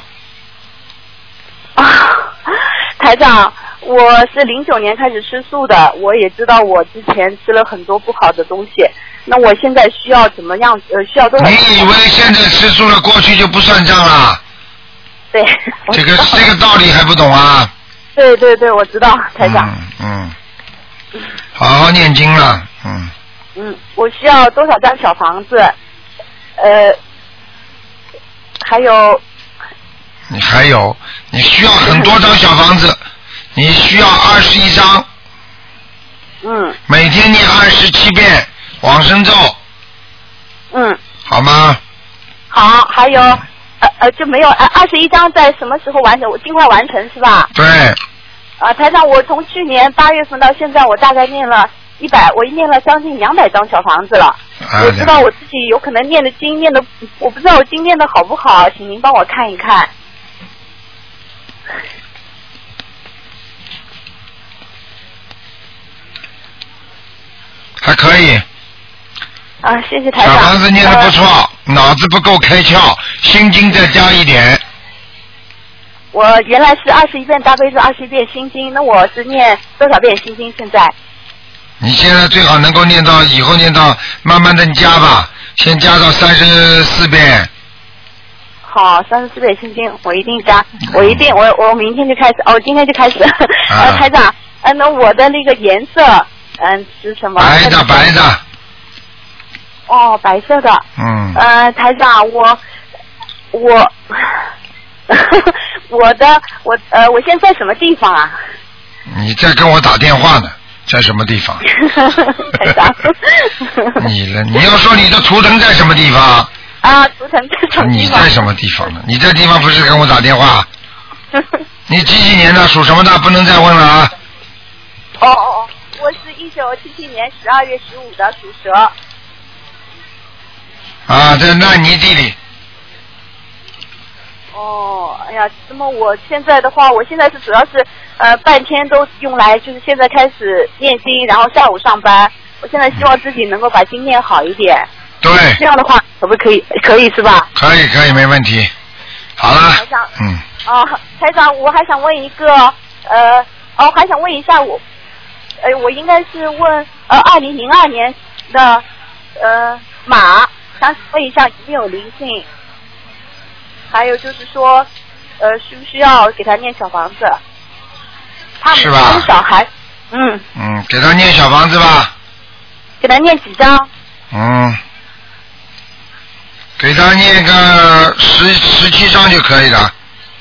台长，我是09年开始吃素的，我也知道我之前吃了很多不好的东西。那我现在需要怎么样？需要多少？ 你以为现在吃素了，过去就不算账了？ 对。 这个道理还不懂啊？ 对，我知道，台长。 好好念经了， 我需要多少张小房子？还有。 你需要很多张小房子，你需要21张。每天念27遍往生咒。好吗？ 好，还有就没有21张在什么时候完成？我尽快完成是吧？ 对。 台长，我从去年8月份到现在，我大概念了我念了将近200张小房子了。我知道我自己有可能念的经念的，我不知道我经念的好不好，请您帮我看一看。 还可以。 谢谢台长。 小房子念的不错，脑子不够开窍，心经再加一点。 我原来是21遍大悲咒，21遍心经，那我是念多少遍心经？现在？ 你现在最好能够念到，以后念到慢慢的加吧，先加到34遍。 好，34遍心经，我一定加，我明天就开始，我今天就开始。台长，那我的那个颜色，是什么？ 白的。 哦，白色的。台长，我现在在什么地方啊？ 你在跟我打电话呢，在什么地方？ 台长。 你要说你的图腾在什么地方？ 图腾在什么地方？ 你在什么地方呢？你这地方不是跟我打电话？你几年的？属什么的？不能再问了啊！ 我是1977年12月15的，属蛇。 在烂泥地里。 哎呀，那么我现在的话，我现在是主要是半天都用来，就是现在开始念经，然后下午上班。我现在希望自己能够把经念好一点。 对。 这样的话可不可以？可以是吧？ 可以，没问题。好了。 台长。台长，我还想问一个，还想问一下我应该是问2002年的马，想问一下有没有灵性？还有就是说，需不需要给他念小房子？ 是吧？ 小孩， 给他念小房子吧。 给他念几张？ 给他念个17张就可以了。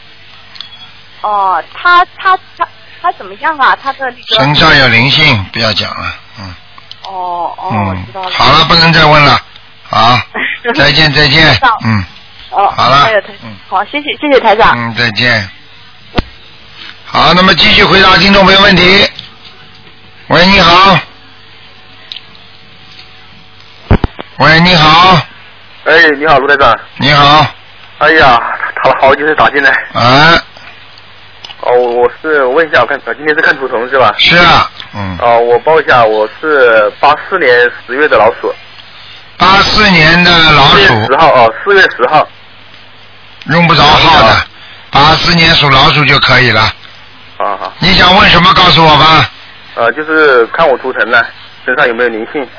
他怎么样啊？他的那个身上有灵性，不要讲了。 我知道了。 好了，不能再问了。好，再见。好了。 好，谢谢台长。 再见。好，那么继续回答听众朋友问题。喂，你好。喂，你好。 你好，卢台长。 你好。 哎呀，打了好久才打进来。 我问一下，我今天是看图腾是吧？ 是啊。 我报一下，我是84年10月的老鼠。 84年的老鼠。 4月10号4月10号。 用不着号的，84年属老鼠就可以了。 好。 你想问什么？告诉我吧。 就是看我图腾呢，身上有没有灵性？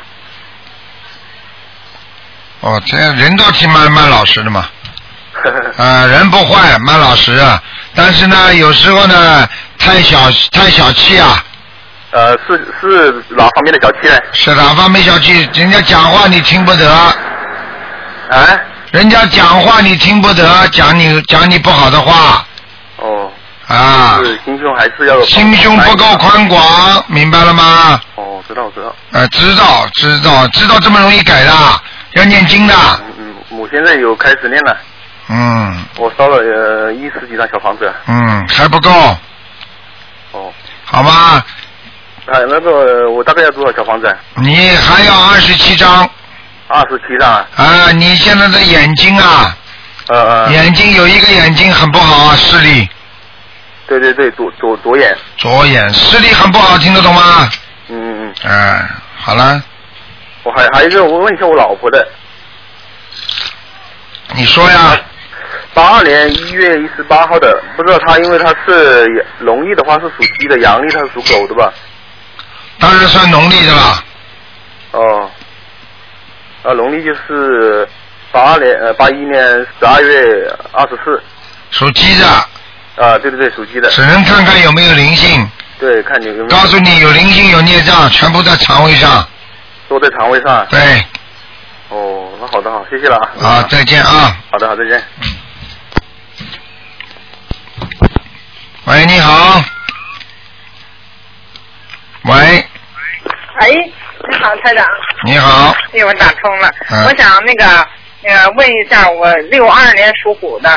这人倒挺蛮老实的嘛。人不坏，蛮老实啊。但是呢，有时候呢，太小气啊。 是哪方面的小气呢？ 是哪方面小气？人家讲话你听不得。人家讲话你听不得，讲你不好的话。 是心胸还是要心胸不够宽广，明白了吗？ 知道。 知道这么容易改的，要念经的。 我现在有开始念了。我烧了10几张小房子。 还不够。好吗？ 那个我大概要多少小房子？ 你还要27张。 27张。 你现在的眼睛啊。眼睛有一个眼睛很不好啊，视力。 对，左眼。 左眼视力很不好，听得懂吗？好了。 我还有一个，我问一下我老婆的。 你说呀。 82年1月18号的，不知道她，因为她是农历的话是属鸡的，阳历她是属狗的吧？ 当然算农历的了。 农历就是81年12月24。 属鸡的。 对，属鸡的。 只能看看有没有灵性。 对，看你有没有。 告诉你，有灵性有孽障，全部在肠胃上。 都在肠胃上。 对。 那好的，谢谢了啊。再见啊。 好的，再见。 喂，你好。喂。 你好，台长。 你好。 我打通了。我想问一下，我62年属虎的。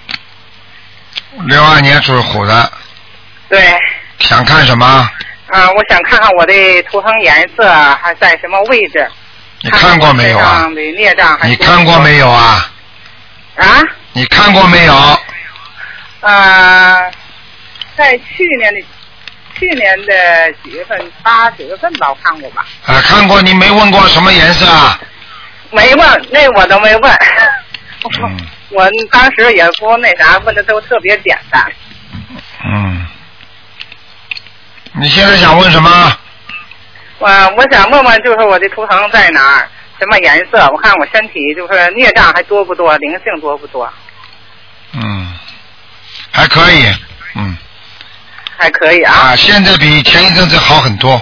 62年属虎的。 对。 想看什么？ 我想看看我的图腾颜色还在什么位置。 你看过没有啊？你看过没有啊？你看过没有？ 在去年的几月份？8、9月份吧，我看过吧。 看过，你没问过什么颜色啊？ 没问，那我都没问。我当时也不那啥，问的都特别简单。 你现在想问什么？ 我想问问，就是我的图腾在哪儿，什么颜色？我看我身体就是孽障还多不多，灵性多不多？ 还可以。 还可以啊。 现在比前一阵子好很多。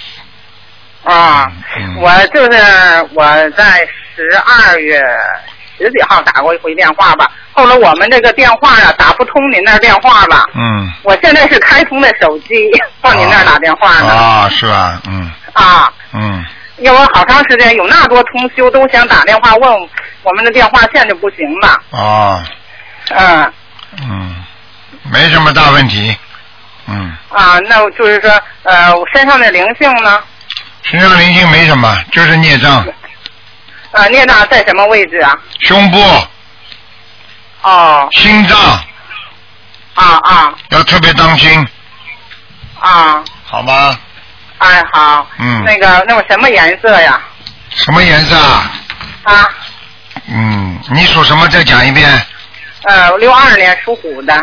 我在12月10几号打过一回电话吧，后来我们这个电话打不通您那电话了。我现在是开通的手机，往您那打电话呢。 是吧？ 因为好长时间有那多同修都想打电话问，我们的电话线就不行了。 没什么大问题。 那就是说我身上的灵性呢？ 身上灵性没什么，就是孽障。 孽障在什么位置啊？ 胸部。心脏。要特别当心。好吗？ 好。那么什么颜色呀？ 什么颜色啊？你属什么？再讲一遍。 62年属虎的。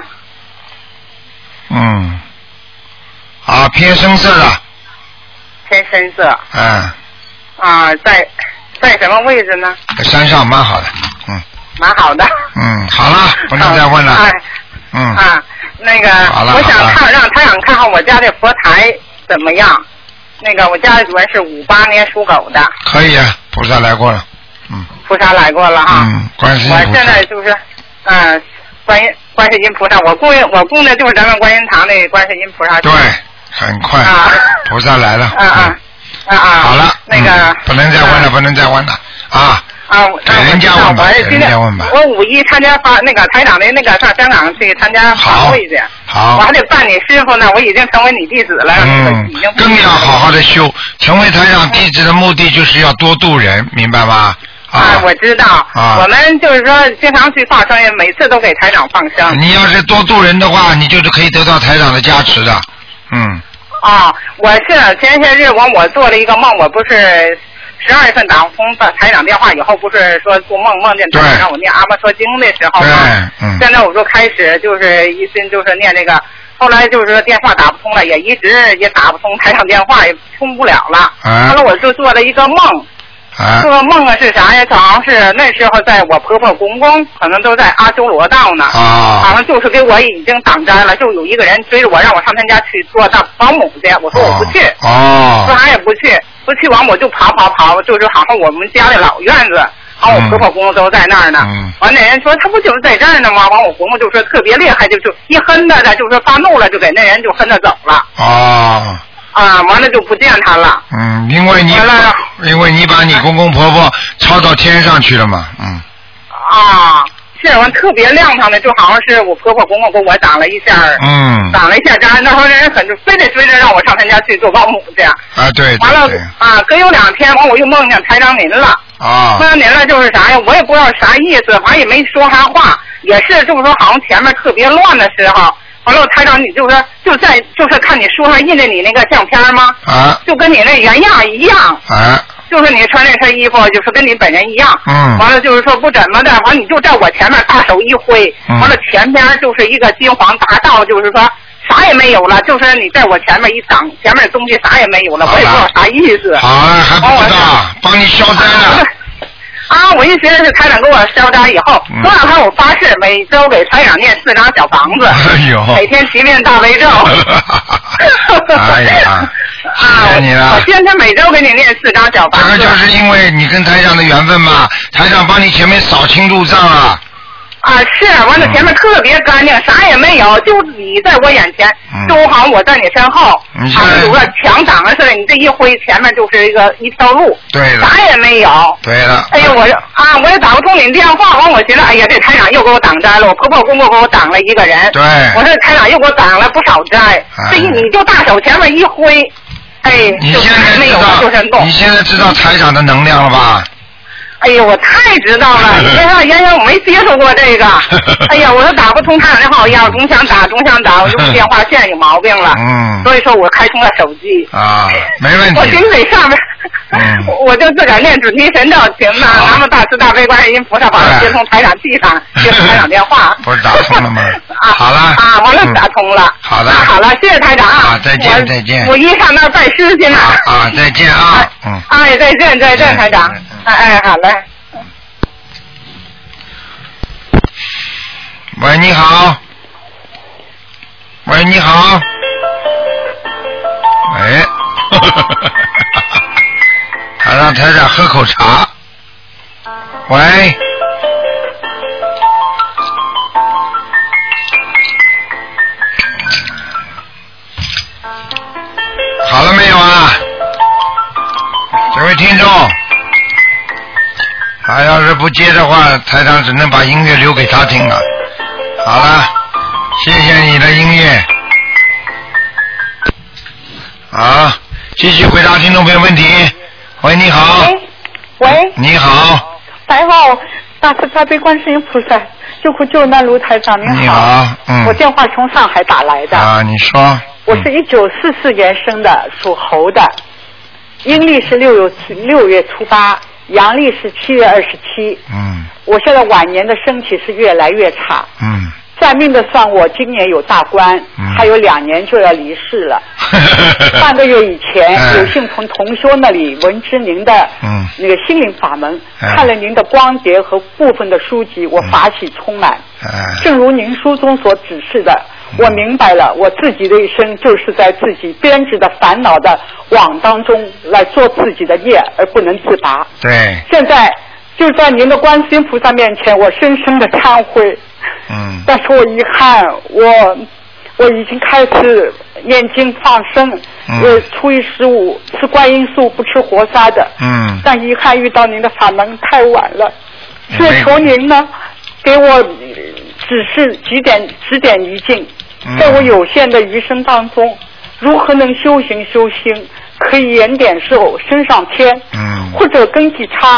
偏深色的。 偏深色。在什么位置呢？ 在山上，蛮好的。 蛮好的。 好了，不能再问了。 我想让他想看看我家的佛台怎么样。我家的主人是58年属狗的。 可以啊，菩萨来过了。 菩萨来过了哈。 观世音菩萨。 我现在就是观世音菩萨，我供的就是咱们观音堂的观世音菩萨。 对，很快。菩萨来了。好了。不能再问了。给人家问吧， 我5一参加台长的上香港去参加法会去。好。我还得办你师傅呢，我已经成为你弟子了。 更要好好的修，成为台长弟子的目的就是要多度人，明白吗？ 我知道。我们就是说经常去放生，每次都给台长放生。 你要是多度人的话，你就是可以得到台长的加持的。 啊，我是前些日我做了一个梦，我不是12月份打通台长电话以后，不是说做梦见台长让我念阿弥陀经的时候吗？现在我就开始就是一心就是念这个，后来就是电话打不通了，也一直也打不通台长电话，也通不了了。后来我就做了一个梦。这个梦是啥呀？好像是那时候在我婆婆公公可能都在阿修罗道呢，好像就是给我已经挡灾了，就有一个人追着我让我上他家去做保姆去，我说我不去，说啥也不去完我就跑，就是好像我们家的老院子，我婆婆公公都在那儿呢。完那人说他不就是在这儿呢吗？完我公公就说特别厉害，就一哼的，就说发怒了，就给那人就哼着走了。完了就不见他了。 因为你把你公公婆婆抄到天上去了嘛。 是完特别亮堂的，就好像是我婆婆公公给我挡了一下，挡了一下家，那时候人很就非得追着让我上他家去做保姆去。 对。 完了隔有2天，完我又梦见台长您了。梦见您了就是啥呀？我也不知道啥意思，反正也没说啥话，也是就是说好像前面特别乱的时候。完了，台长，你就是看你书上印的你那个相片吗？就跟你那原样一样。就是你穿那身衣服，就是跟你本人一样。完了就是说不怎么的，完了你就在我前面大手一挥，完了前边就是一个金黄大道，就是说啥也没有了，就是你在我前面一挡，前面的东西啥也没有了，我也不知道啥意思。 还不知道，帮你消灾了。 我一寻思是台长给我消灾以后，昨两天我发誓每周给台长念4张小房子，每天7遍大悲咒。 谢谢你了。 我今天每周给你念4张小房子。 这个就是因为你跟台长的缘分嘛，台长帮你前面扫清路障了。 是，完了前面特别干净，啥也没有，就你在我眼前，就好像我在你身后，好像有个墙挡着似的，你这一挥，前面就是一条路， 对了， 啥也没有。 对了。 哎呦，我也打不通你电话，完我寻思，哎呀，这台长又给我挡灾了，我婆婆公公给我挡了一个人。 对。 我说台长又给我挡了不少灾，这你就大手前面一挥， 你现在没有了就是动。 你现在知道台长的能量了吧？ 哎呀，我太知道了！原来我没接触过这个。哎呀，我说打不通台长电话，要总想打，我就电话线有毛病了。所以说我开通了手机。 没问题。 我寻思上面，我就自个儿念准提神咒行了，南无大慈大悲观世音菩萨保佑接通台长地上，接通台长电话。 不是打通了吗？好了。 完了打通了。 好的。 好了，谢谢台长。 再见。 我上那儿拜师去了。 再见啊。 再见，台长。好嘞。 喂，你好。喂，你好。喂，还让台长喝口茶。喂。好了没有啊？这位听众。要是不接的话，台长只能把音乐留给他听了。好了，谢谢你的音乐。继续回答听众朋友问题。喂，你好。 喂。 你好。 台好，大慈大悲观世音菩萨，救苦救难卢台长，您好。 你好。 我电话从上海打来的。 你说。 我是1944年生的，属猴的，阴历是6月初8。阳历是7月27。我现在晚年的身体是越来越差。算命的算我今年有大关，还有2年就要离世了。半个月以前，有幸从同修那里闻知您的那个心灵法门，看了您的光碟和部分的书籍，我法喜充满。正如您书中所指示的，我明白了，我自己的一生就是在自己编织的烦恼的网当中来做自己的业，而不能自拔。 对。 现在就在您的观世音菩萨面前，我深深的忏悔。但是我遗憾，我已经开始念经放生，初一15吃观音素，不吃活杀的。但遗憾遇到您的法门太晚了，所以求您呢，给我指点迷津，在我有限的余生当中，如何能修行，可以延点寿升上天，或者根据他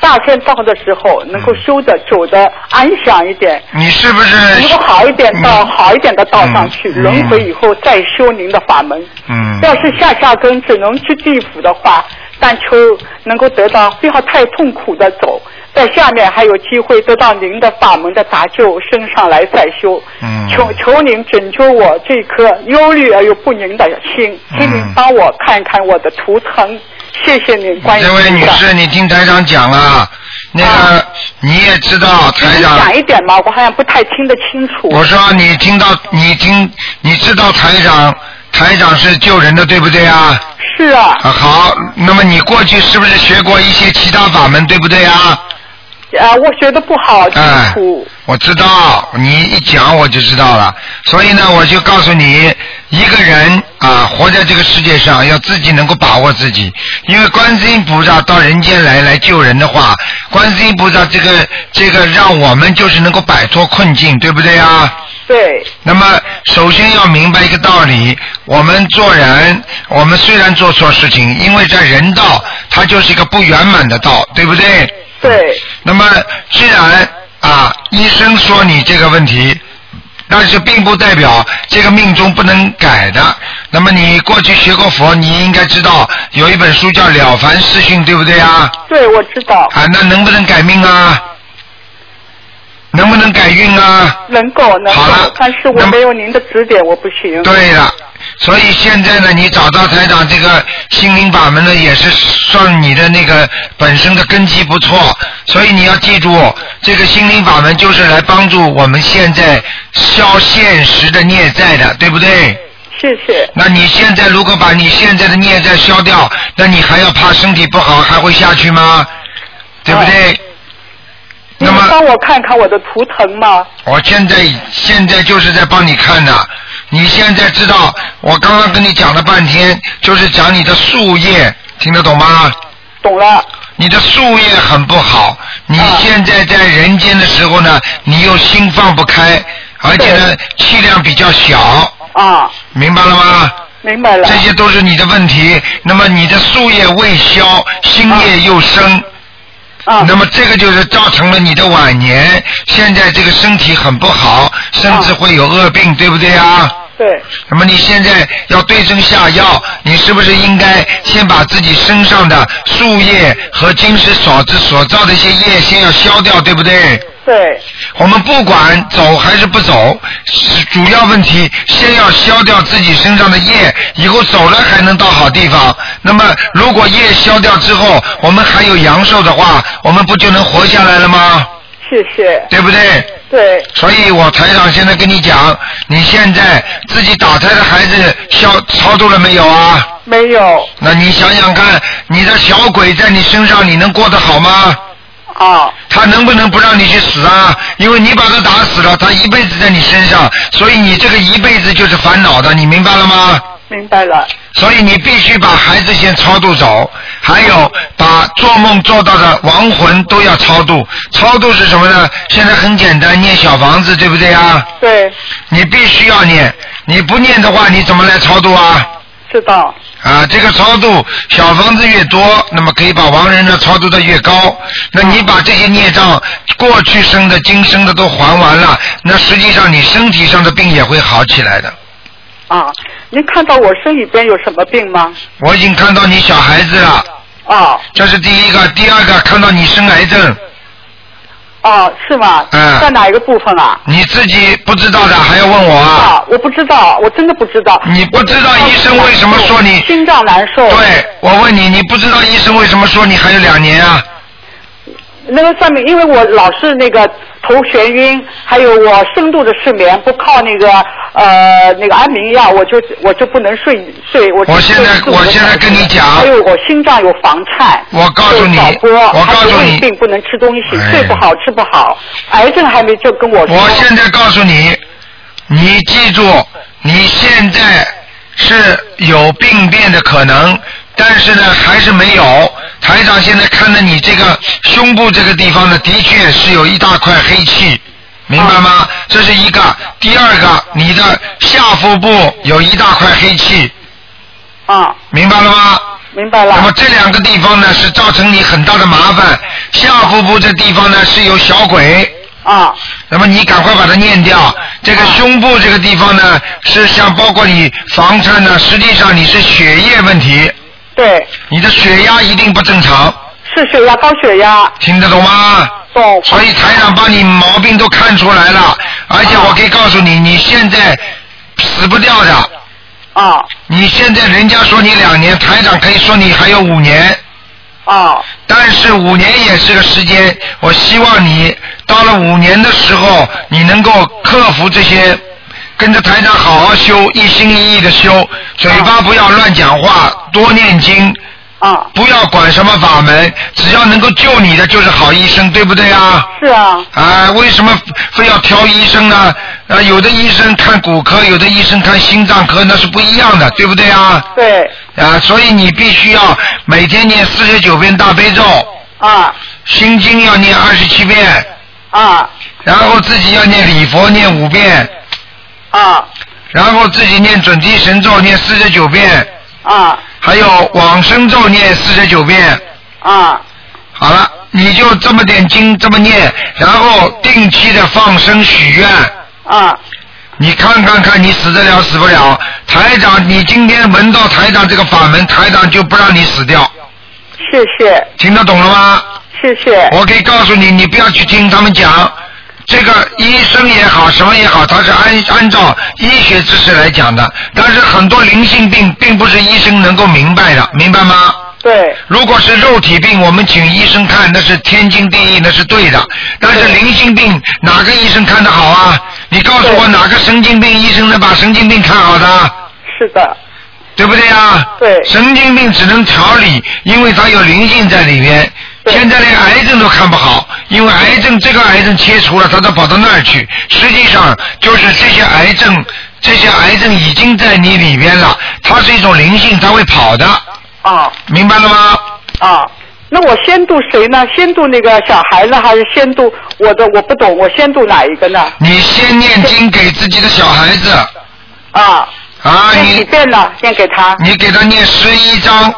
夏天到的时候能够修的走的安详一点。 你是不是能够好一点到好一点的道上去，轮回以后再修您的法门？要是下根只能去地府的话，但求能够得到不要太痛苦的走，在下面还有机会得到您的法门的搭救，升上来再修。求您拯救我这颗忧虑而又不宁的心，请您帮我看看我的图腾。谢谢您，观音菩萨。 这位女士，你听台长讲啊，那个你也知道台长。 讲一点嘛，我好像不太听得清楚。 我说你知道台长是救人的，对不对啊？ 是啊。 好，那么你过去是不是学过一些其他法门，对不对啊？ 我学的不好，清楚。 我知道，你一讲我就知道了。所以呢，我就告诉你，一个人活在这个世界上，要自己能够把握自己。因为观世音菩萨到人间来救人的话，观世音菩萨这个让我们就是能够摆脱困境，对不对啊？ 对。 那么首先要明白一个道理，我们做人，我们虽然做错事情，因为在人道，它就是一个不圆满的道，对不对？ 对。 那么既然医生说你这个问题，但是并不代表这个命中不能改的。那么你过去学过佛，你应该知道有一本书叫《了凡四训》，对不对啊？ 对，我知道。 那能不能改命啊？能不能改运啊？ 能够。好了，但是我没有您的指点，我不行。 对了，所以现在呢，你找到台长这个心灵法门呢，也是算你的那个本身的根基不错。所以你要记住，这个心灵法门就是来帮助我们现在消现实的孽债的，对不对？ 谢谢。 那你现在如果把你现在的孽债消掉，那你还要怕身体不好还会下去吗？对不对？ 那么帮我看看我的图腾吗？ 我现在就是在帮你看的。你现在知道我刚刚跟你讲了半天，就是讲你的宿业，听得懂吗？ 懂了。 你的宿业很不好，你现在在人间的时候呢，你又心放不开，而且呢气量比较小。明白了吗？ 明白了。 这些都是你的问题。那么你的宿业未消，心业又生。那么这个就是造成了你的晚年，现在这个身体很不好，甚至会有恶病，对不对啊？ 对。 那么你现在要对症下药，你是不是应该先把自己身上的宿业和今世所造的一些业先要消掉，对不对？ 对。 我们不管走还是不走，主要问题先要消掉自己身上的业，以后走了还能到好地方。那么如果业消掉之后，我们还有阳寿的话，我们不就能活下来了吗？ 谢谢。 对不对？ 对。 所以我台长现在跟你讲，你现在自己打胎的孩子超度了没有啊？ 没有。 那你想想看，你的小鬼在你身上，你能过得好吗？他能不能不让你去死啊？因为你把他打死了，他一辈子在你身上，所以你这个一辈子就是烦恼的，你明白了吗？ 明白了。 所以你必须把孩子先超度走，还有把做梦做到的亡魂都要超度。超度是什么呢？现在很简单，念小房子，对不对啊？ 对。 你必须要念，你不念的话，你怎么来超度啊？ 知道。 这个超度小房子越多，那么可以把亡人呢超度的越高。那你把这些孽障过去生的、今生的都还完了，那实际上你身体上的病也会好起来的。 您看到我身里边有什么病吗？ 我已经看到你小孩子了。这是第一个，第二个看到你生癌症。 是吗？在哪一个部分啊？ 你自己不知道的还要问我啊？ 我不知道，我真的不知道。 你不知道医生为什么说你心脏难受？ 对，我问你，你不知道医生为什么说你还有2年啊？ 那个上面，因为我老是那个头眩晕，还有我深度的失眠，不靠那个安眠药，我就不能睡。我现在跟你讲， 还有我心脏有房颤， 我告诉你， 还有胃病，不能吃东西，睡不好，吃不好，癌症还没就跟我说。 我现在告诉你，你记住，你现在是有病变的可能，但是呢还是没有。台长现在看到你这个胸部这个地方呢，的确是有一大块黑气，明白吗？这是一个。第二个，你的下腹部有一大块黑气。明白了吗？ 明白了。 那么这2个地方呢是造成你很大的麻烦，下腹部这地方呢是有小鬼。 啊。 那么你赶快把它念掉。这个胸部这个地方呢，是像包括你房产呢，实际上你是血液问题。 对。 你的血压一定不正常。 是血压，高血压。 听得懂吗？ 懂。 所以台长把你毛病都看出来了，而且我可以告诉你，你现在死不掉的。 啊。 你现在人家说你2年，台长可以说你还有5年。 啊。 但是5年也是个时间，我希望你到了5年的时候，你能够克服这些，跟着台长好好修，一心一意的修，嘴巴不要乱讲话，多念经。 啊。 不要管什么法门，只要能够救你的就是好医生，对不对啊？ 是啊。 啊，为什么非要挑医生呢？有的医生看骨科，有的医生看心脏科，那是不一样的，对不对啊？ 对。 啊，所以你必须要每天念49遍大悲咒。 啊。 心经要念27遍。 啊。 然后自己要念礼佛念5遍。 啊。 然后自己念准提神咒念49遍。 啊。 还有往生咒念49遍。 啊。 好了，你就这么点经这么念，然后定期的放生许愿。 啊。 你看看你死得了死不了？台长，你今天闻到台长这个法门，台长就不让你死掉。 谢谢。 听得懂了吗？ 谢谢。 我可以告诉你，你不要去听他们讲。这个医生也好，什么也好，他是按照医学知识来讲的。但是很多灵性病并不是医生能够明白的，明白吗？ 对。 如果是肉体病，我们请医生看，那是天经地义，那是对的。但是灵性病，哪个医生看得好啊？你告诉我哪个神经病医生能把神经病看好的？ 是的。 对不对啊？ 对。 神经病只能调理，因为它有灵性在里面。现在连癌症都看不好，因为这个癌症切除了，它都跑到那儿去。实际上就是这些癌症已经在你里边了，它是一种灵性，它会跑的。 啊。 明白了吗？ 啊。那我先度谁呢？先度那个小孩子，还是先度我不懂，我先度哪一个呢？ 你先念经给自己的小孩子。 啊。 啊， 念几遍呢？先给他。 你给他念11章。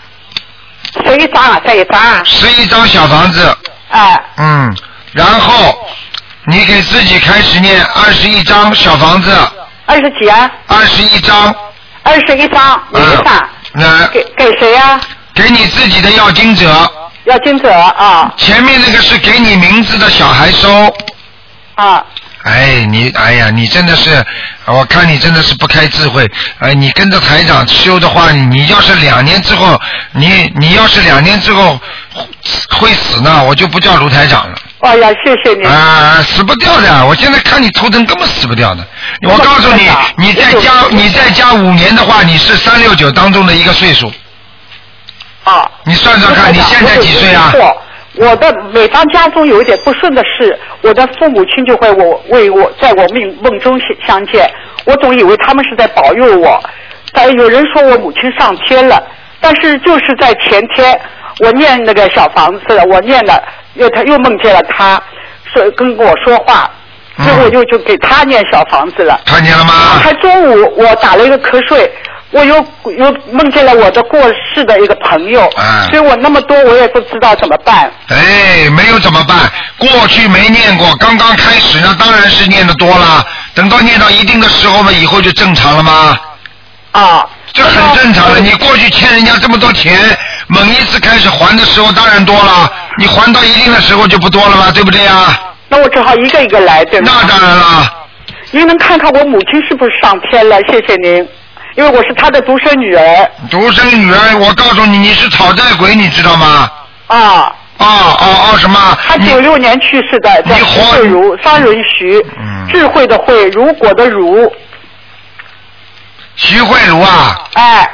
11章啊，11章啊。 11章小房子。 哎。 然后你给自己开始念21章小房子。 20几啊 ？21章。 21章，没啥。给谁呀？ 给你自己的要经者。 要经者啊。 前面那个是给你名字的小孩收。 啊。 你真的是，我看你真的是不开智慧。你跟着台长修的话，你要是2年之后，你要是2年之后会死呢，我就不叫卢台长了。 哎呀，谢谢你。 死不掉的，我现在看你图腾根本死不掉的。我告诉你，你再加5年的话，你是369当中的一个岁数。 啊。 你算算看，你现在几岁啊？ 我的每当家中有一点不顺的事，我的父母亲就会在我梦中相见，我总以为他们是在保佑我。但有人说我母亲上天了，但是就是在前天，我念那个小房子，我念了，又梦见了他，跟我说话，所以我就给他念小房子了。 看见了吗？ 还中午我打了一个瞌睡。我又梦见了我的过世的一个朋友，所以我那么多我也不知道怎么办。 没有怎么办？过去没念过，刚刚开始呢，当然是念得多了。等到念到一定的时候嘛，以后就正常了吗？ 啊， 这很正常的。你过去欠人家这么多钱，猛一次开始还的时候当然多了，你还到一定的时候就不多了嘛，对不对呀？ 那我只好一个一个来，对吗？ 那当然了。 您能看看我母亲是不是上天了？谢谢您。因为我是他的独生女儿。独生女儿，我告诉你，你是讨债鬼，你知道吗？什么？他96年去世的，叫徐慧茹，三人徐，智慧的慧，如果的如。徐慧茹啊。哎。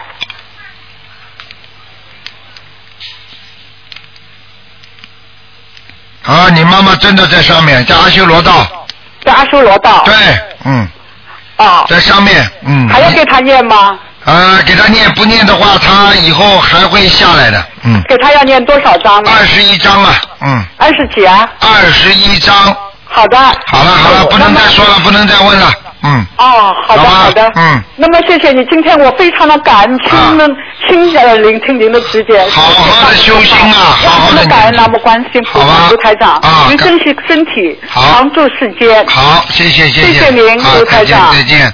你妈妈真的在上面，在阿修罗道。 在阿修罗道。 对，在上面， 还要给他念吗？ 给他念，不念的话，他以后还会下来的， 给他要念多少章呢 ？21章啊 ，20几啊？ 21章。 好的。 好了，不能再说了，不能再问了。 哦，好的好的。那么谢谢你，今天我非常的感恩，亲自聆听您的指点。 好好的修心啊，好好的感恩南无观世音菩萨卢台长，您珍惜身体，常驻世间。 好，谢谢您，卢台长。 再见。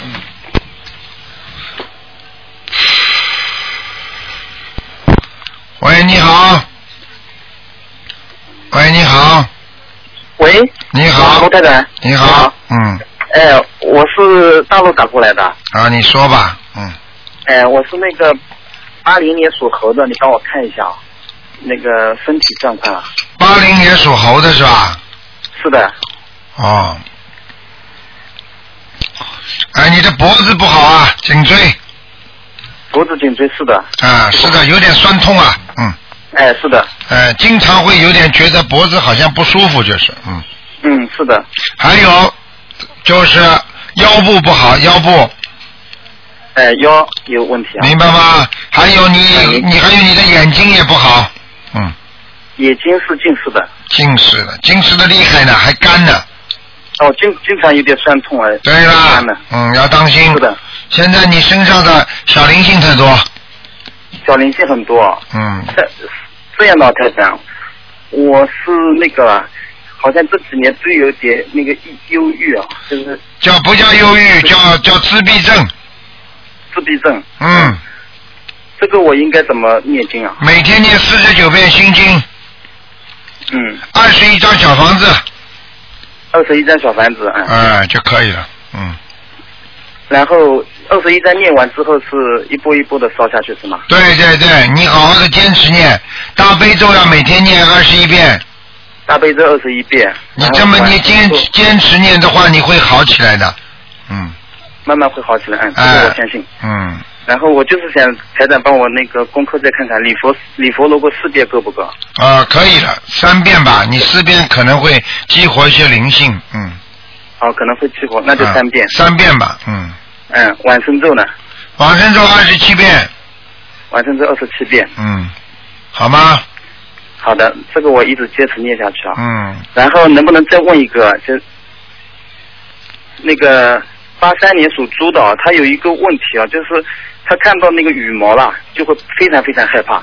喂，你好。喂，你好。 喂。 你好， 卢台长。 你好。 我是大陆打过来的。 啊，你说吧。 我是那个80年属猴的，你帮我看一下那个身体状况。 80年属猴的是吧？ 是的。 哦。你的脖子不好啊，颈椎。 脖子颈椎是的。 啊，是的，有点酸痛啊， 是的。 经常会有点觉得脖子好像不舒服，就是， 是的。 还有就是腰部不好，腰部。 腰有问题啊。 明白吗？还有你还有你的眼睛也不好， 眼睛是近视的。 近视的厉害呢，还干呢。 经常有点酸痛啊。 对了，要当心。 是的。 现在你身上的小灵性太多。 小灵性很多。这样的台长，我是那个，好像这几年都有点那个忧郁啊，就是不叫忧郁，叫自闭症。 自闭症。这个我应该怎么念经啊？ 每天念49遍心经。21张小房子。 21张小房子。 就可以了。 然后21张念完之后是一波一波的烧下去是吗？ 对，你好好的坚持念，大悲咒要每天念21遍。 大悲咒21遍。 你这么你坚持念的话，你会好起来的。 慢慢会好起来，这个我相信。然后我就是想台长帮我那个功课再看看，礼佛如果4遍够不够？ 可以了，3遍吧，你4遍可能会激活一些灵性。 可能会激活，那就3遍。 3遍吧。 往生咒呢？ 往生咒27遍。 往生咒27遍。 好吗？ 好的，这个我一直坚持念下去啊。然后能不能再问一个，就那个83年属猪的，他有一个问题啊，就是他看到那个羽毛啦，就会非常非常害怕。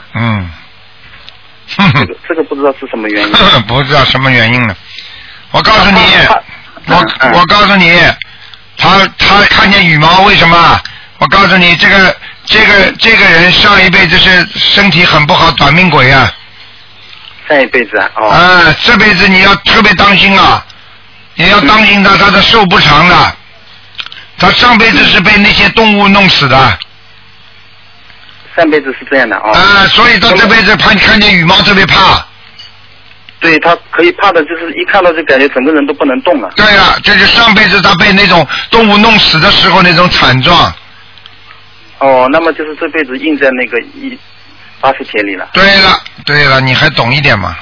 这个不知道是什么原因。 不知道什么原因呢？我告诉你，我告诉你，他看见羽毛为什么？我告诉你，这个人上一辈子是身体很不好，短命鬼啊。 上一辈子啊。 这辈子你要特别当心啊，也要当心他的寿不长的。他上辈子是被那些动物弄死的。 上辈子是这样的所以他这辈子看见羽毛特别怕。 对，他可以怕的就是一看到就感觉整个人都不能动了。 对了，这是上辈子他被那种动物弄死的时候那种惨状。 那么就是这辈子印在那个80帖里了。 对了，你还懂一点嘛？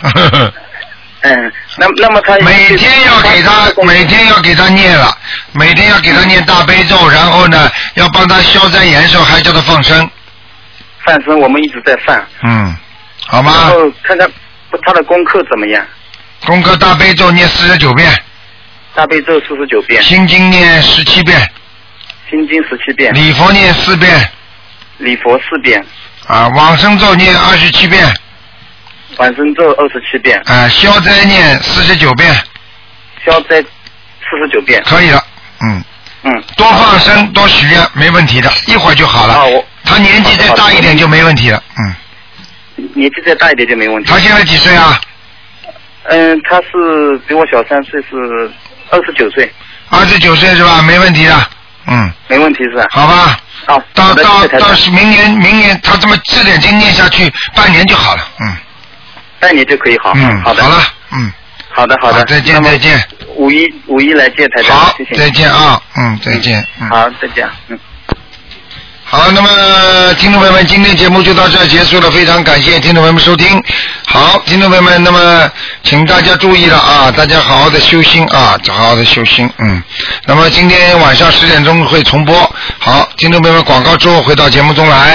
那么他每天要给他念了，每天要给他念大悲咒，然后呢要帮他消灾延寿，还叫他放生。 放生我们一直在放。 好吗？ 然后看看他的功课怎么样？ 功课大悲咒念49遍。 大悲咒49遍。 心经念17遍。 心经17遍。 礼佛念4遍。 礼佛4遍。 往生咒念27遍。 往生咒27遍。 消灾念49遍。 消灾49遍。 可以了。多放生，多许愿，没问题的，一会儿就好了。他年纪再大一点就没问题了。 年纪再大一点就没问题。 他现在几岁啊？ 他是比我小3岁，是29岁。 29岁是吧？没问题的。 没问题是吧？ 好吧。到明年他这么这点经念下去，半年就好了。 半年就可以好。好的。 好了。 好的。 再见。 五一来见台长。 好， 谢谢。 再见啊。再见。 好，再见。 好，那么听众朋友们，今天节目就到这儿结束了，非常感谢听众朋友们收听。好，听众朋友们，那么请大家注意了啊，大家好好的修心啊，好好的修心。那么今天晚上10点钟会重播。好，听众朋友们，广告之后回到节目中来。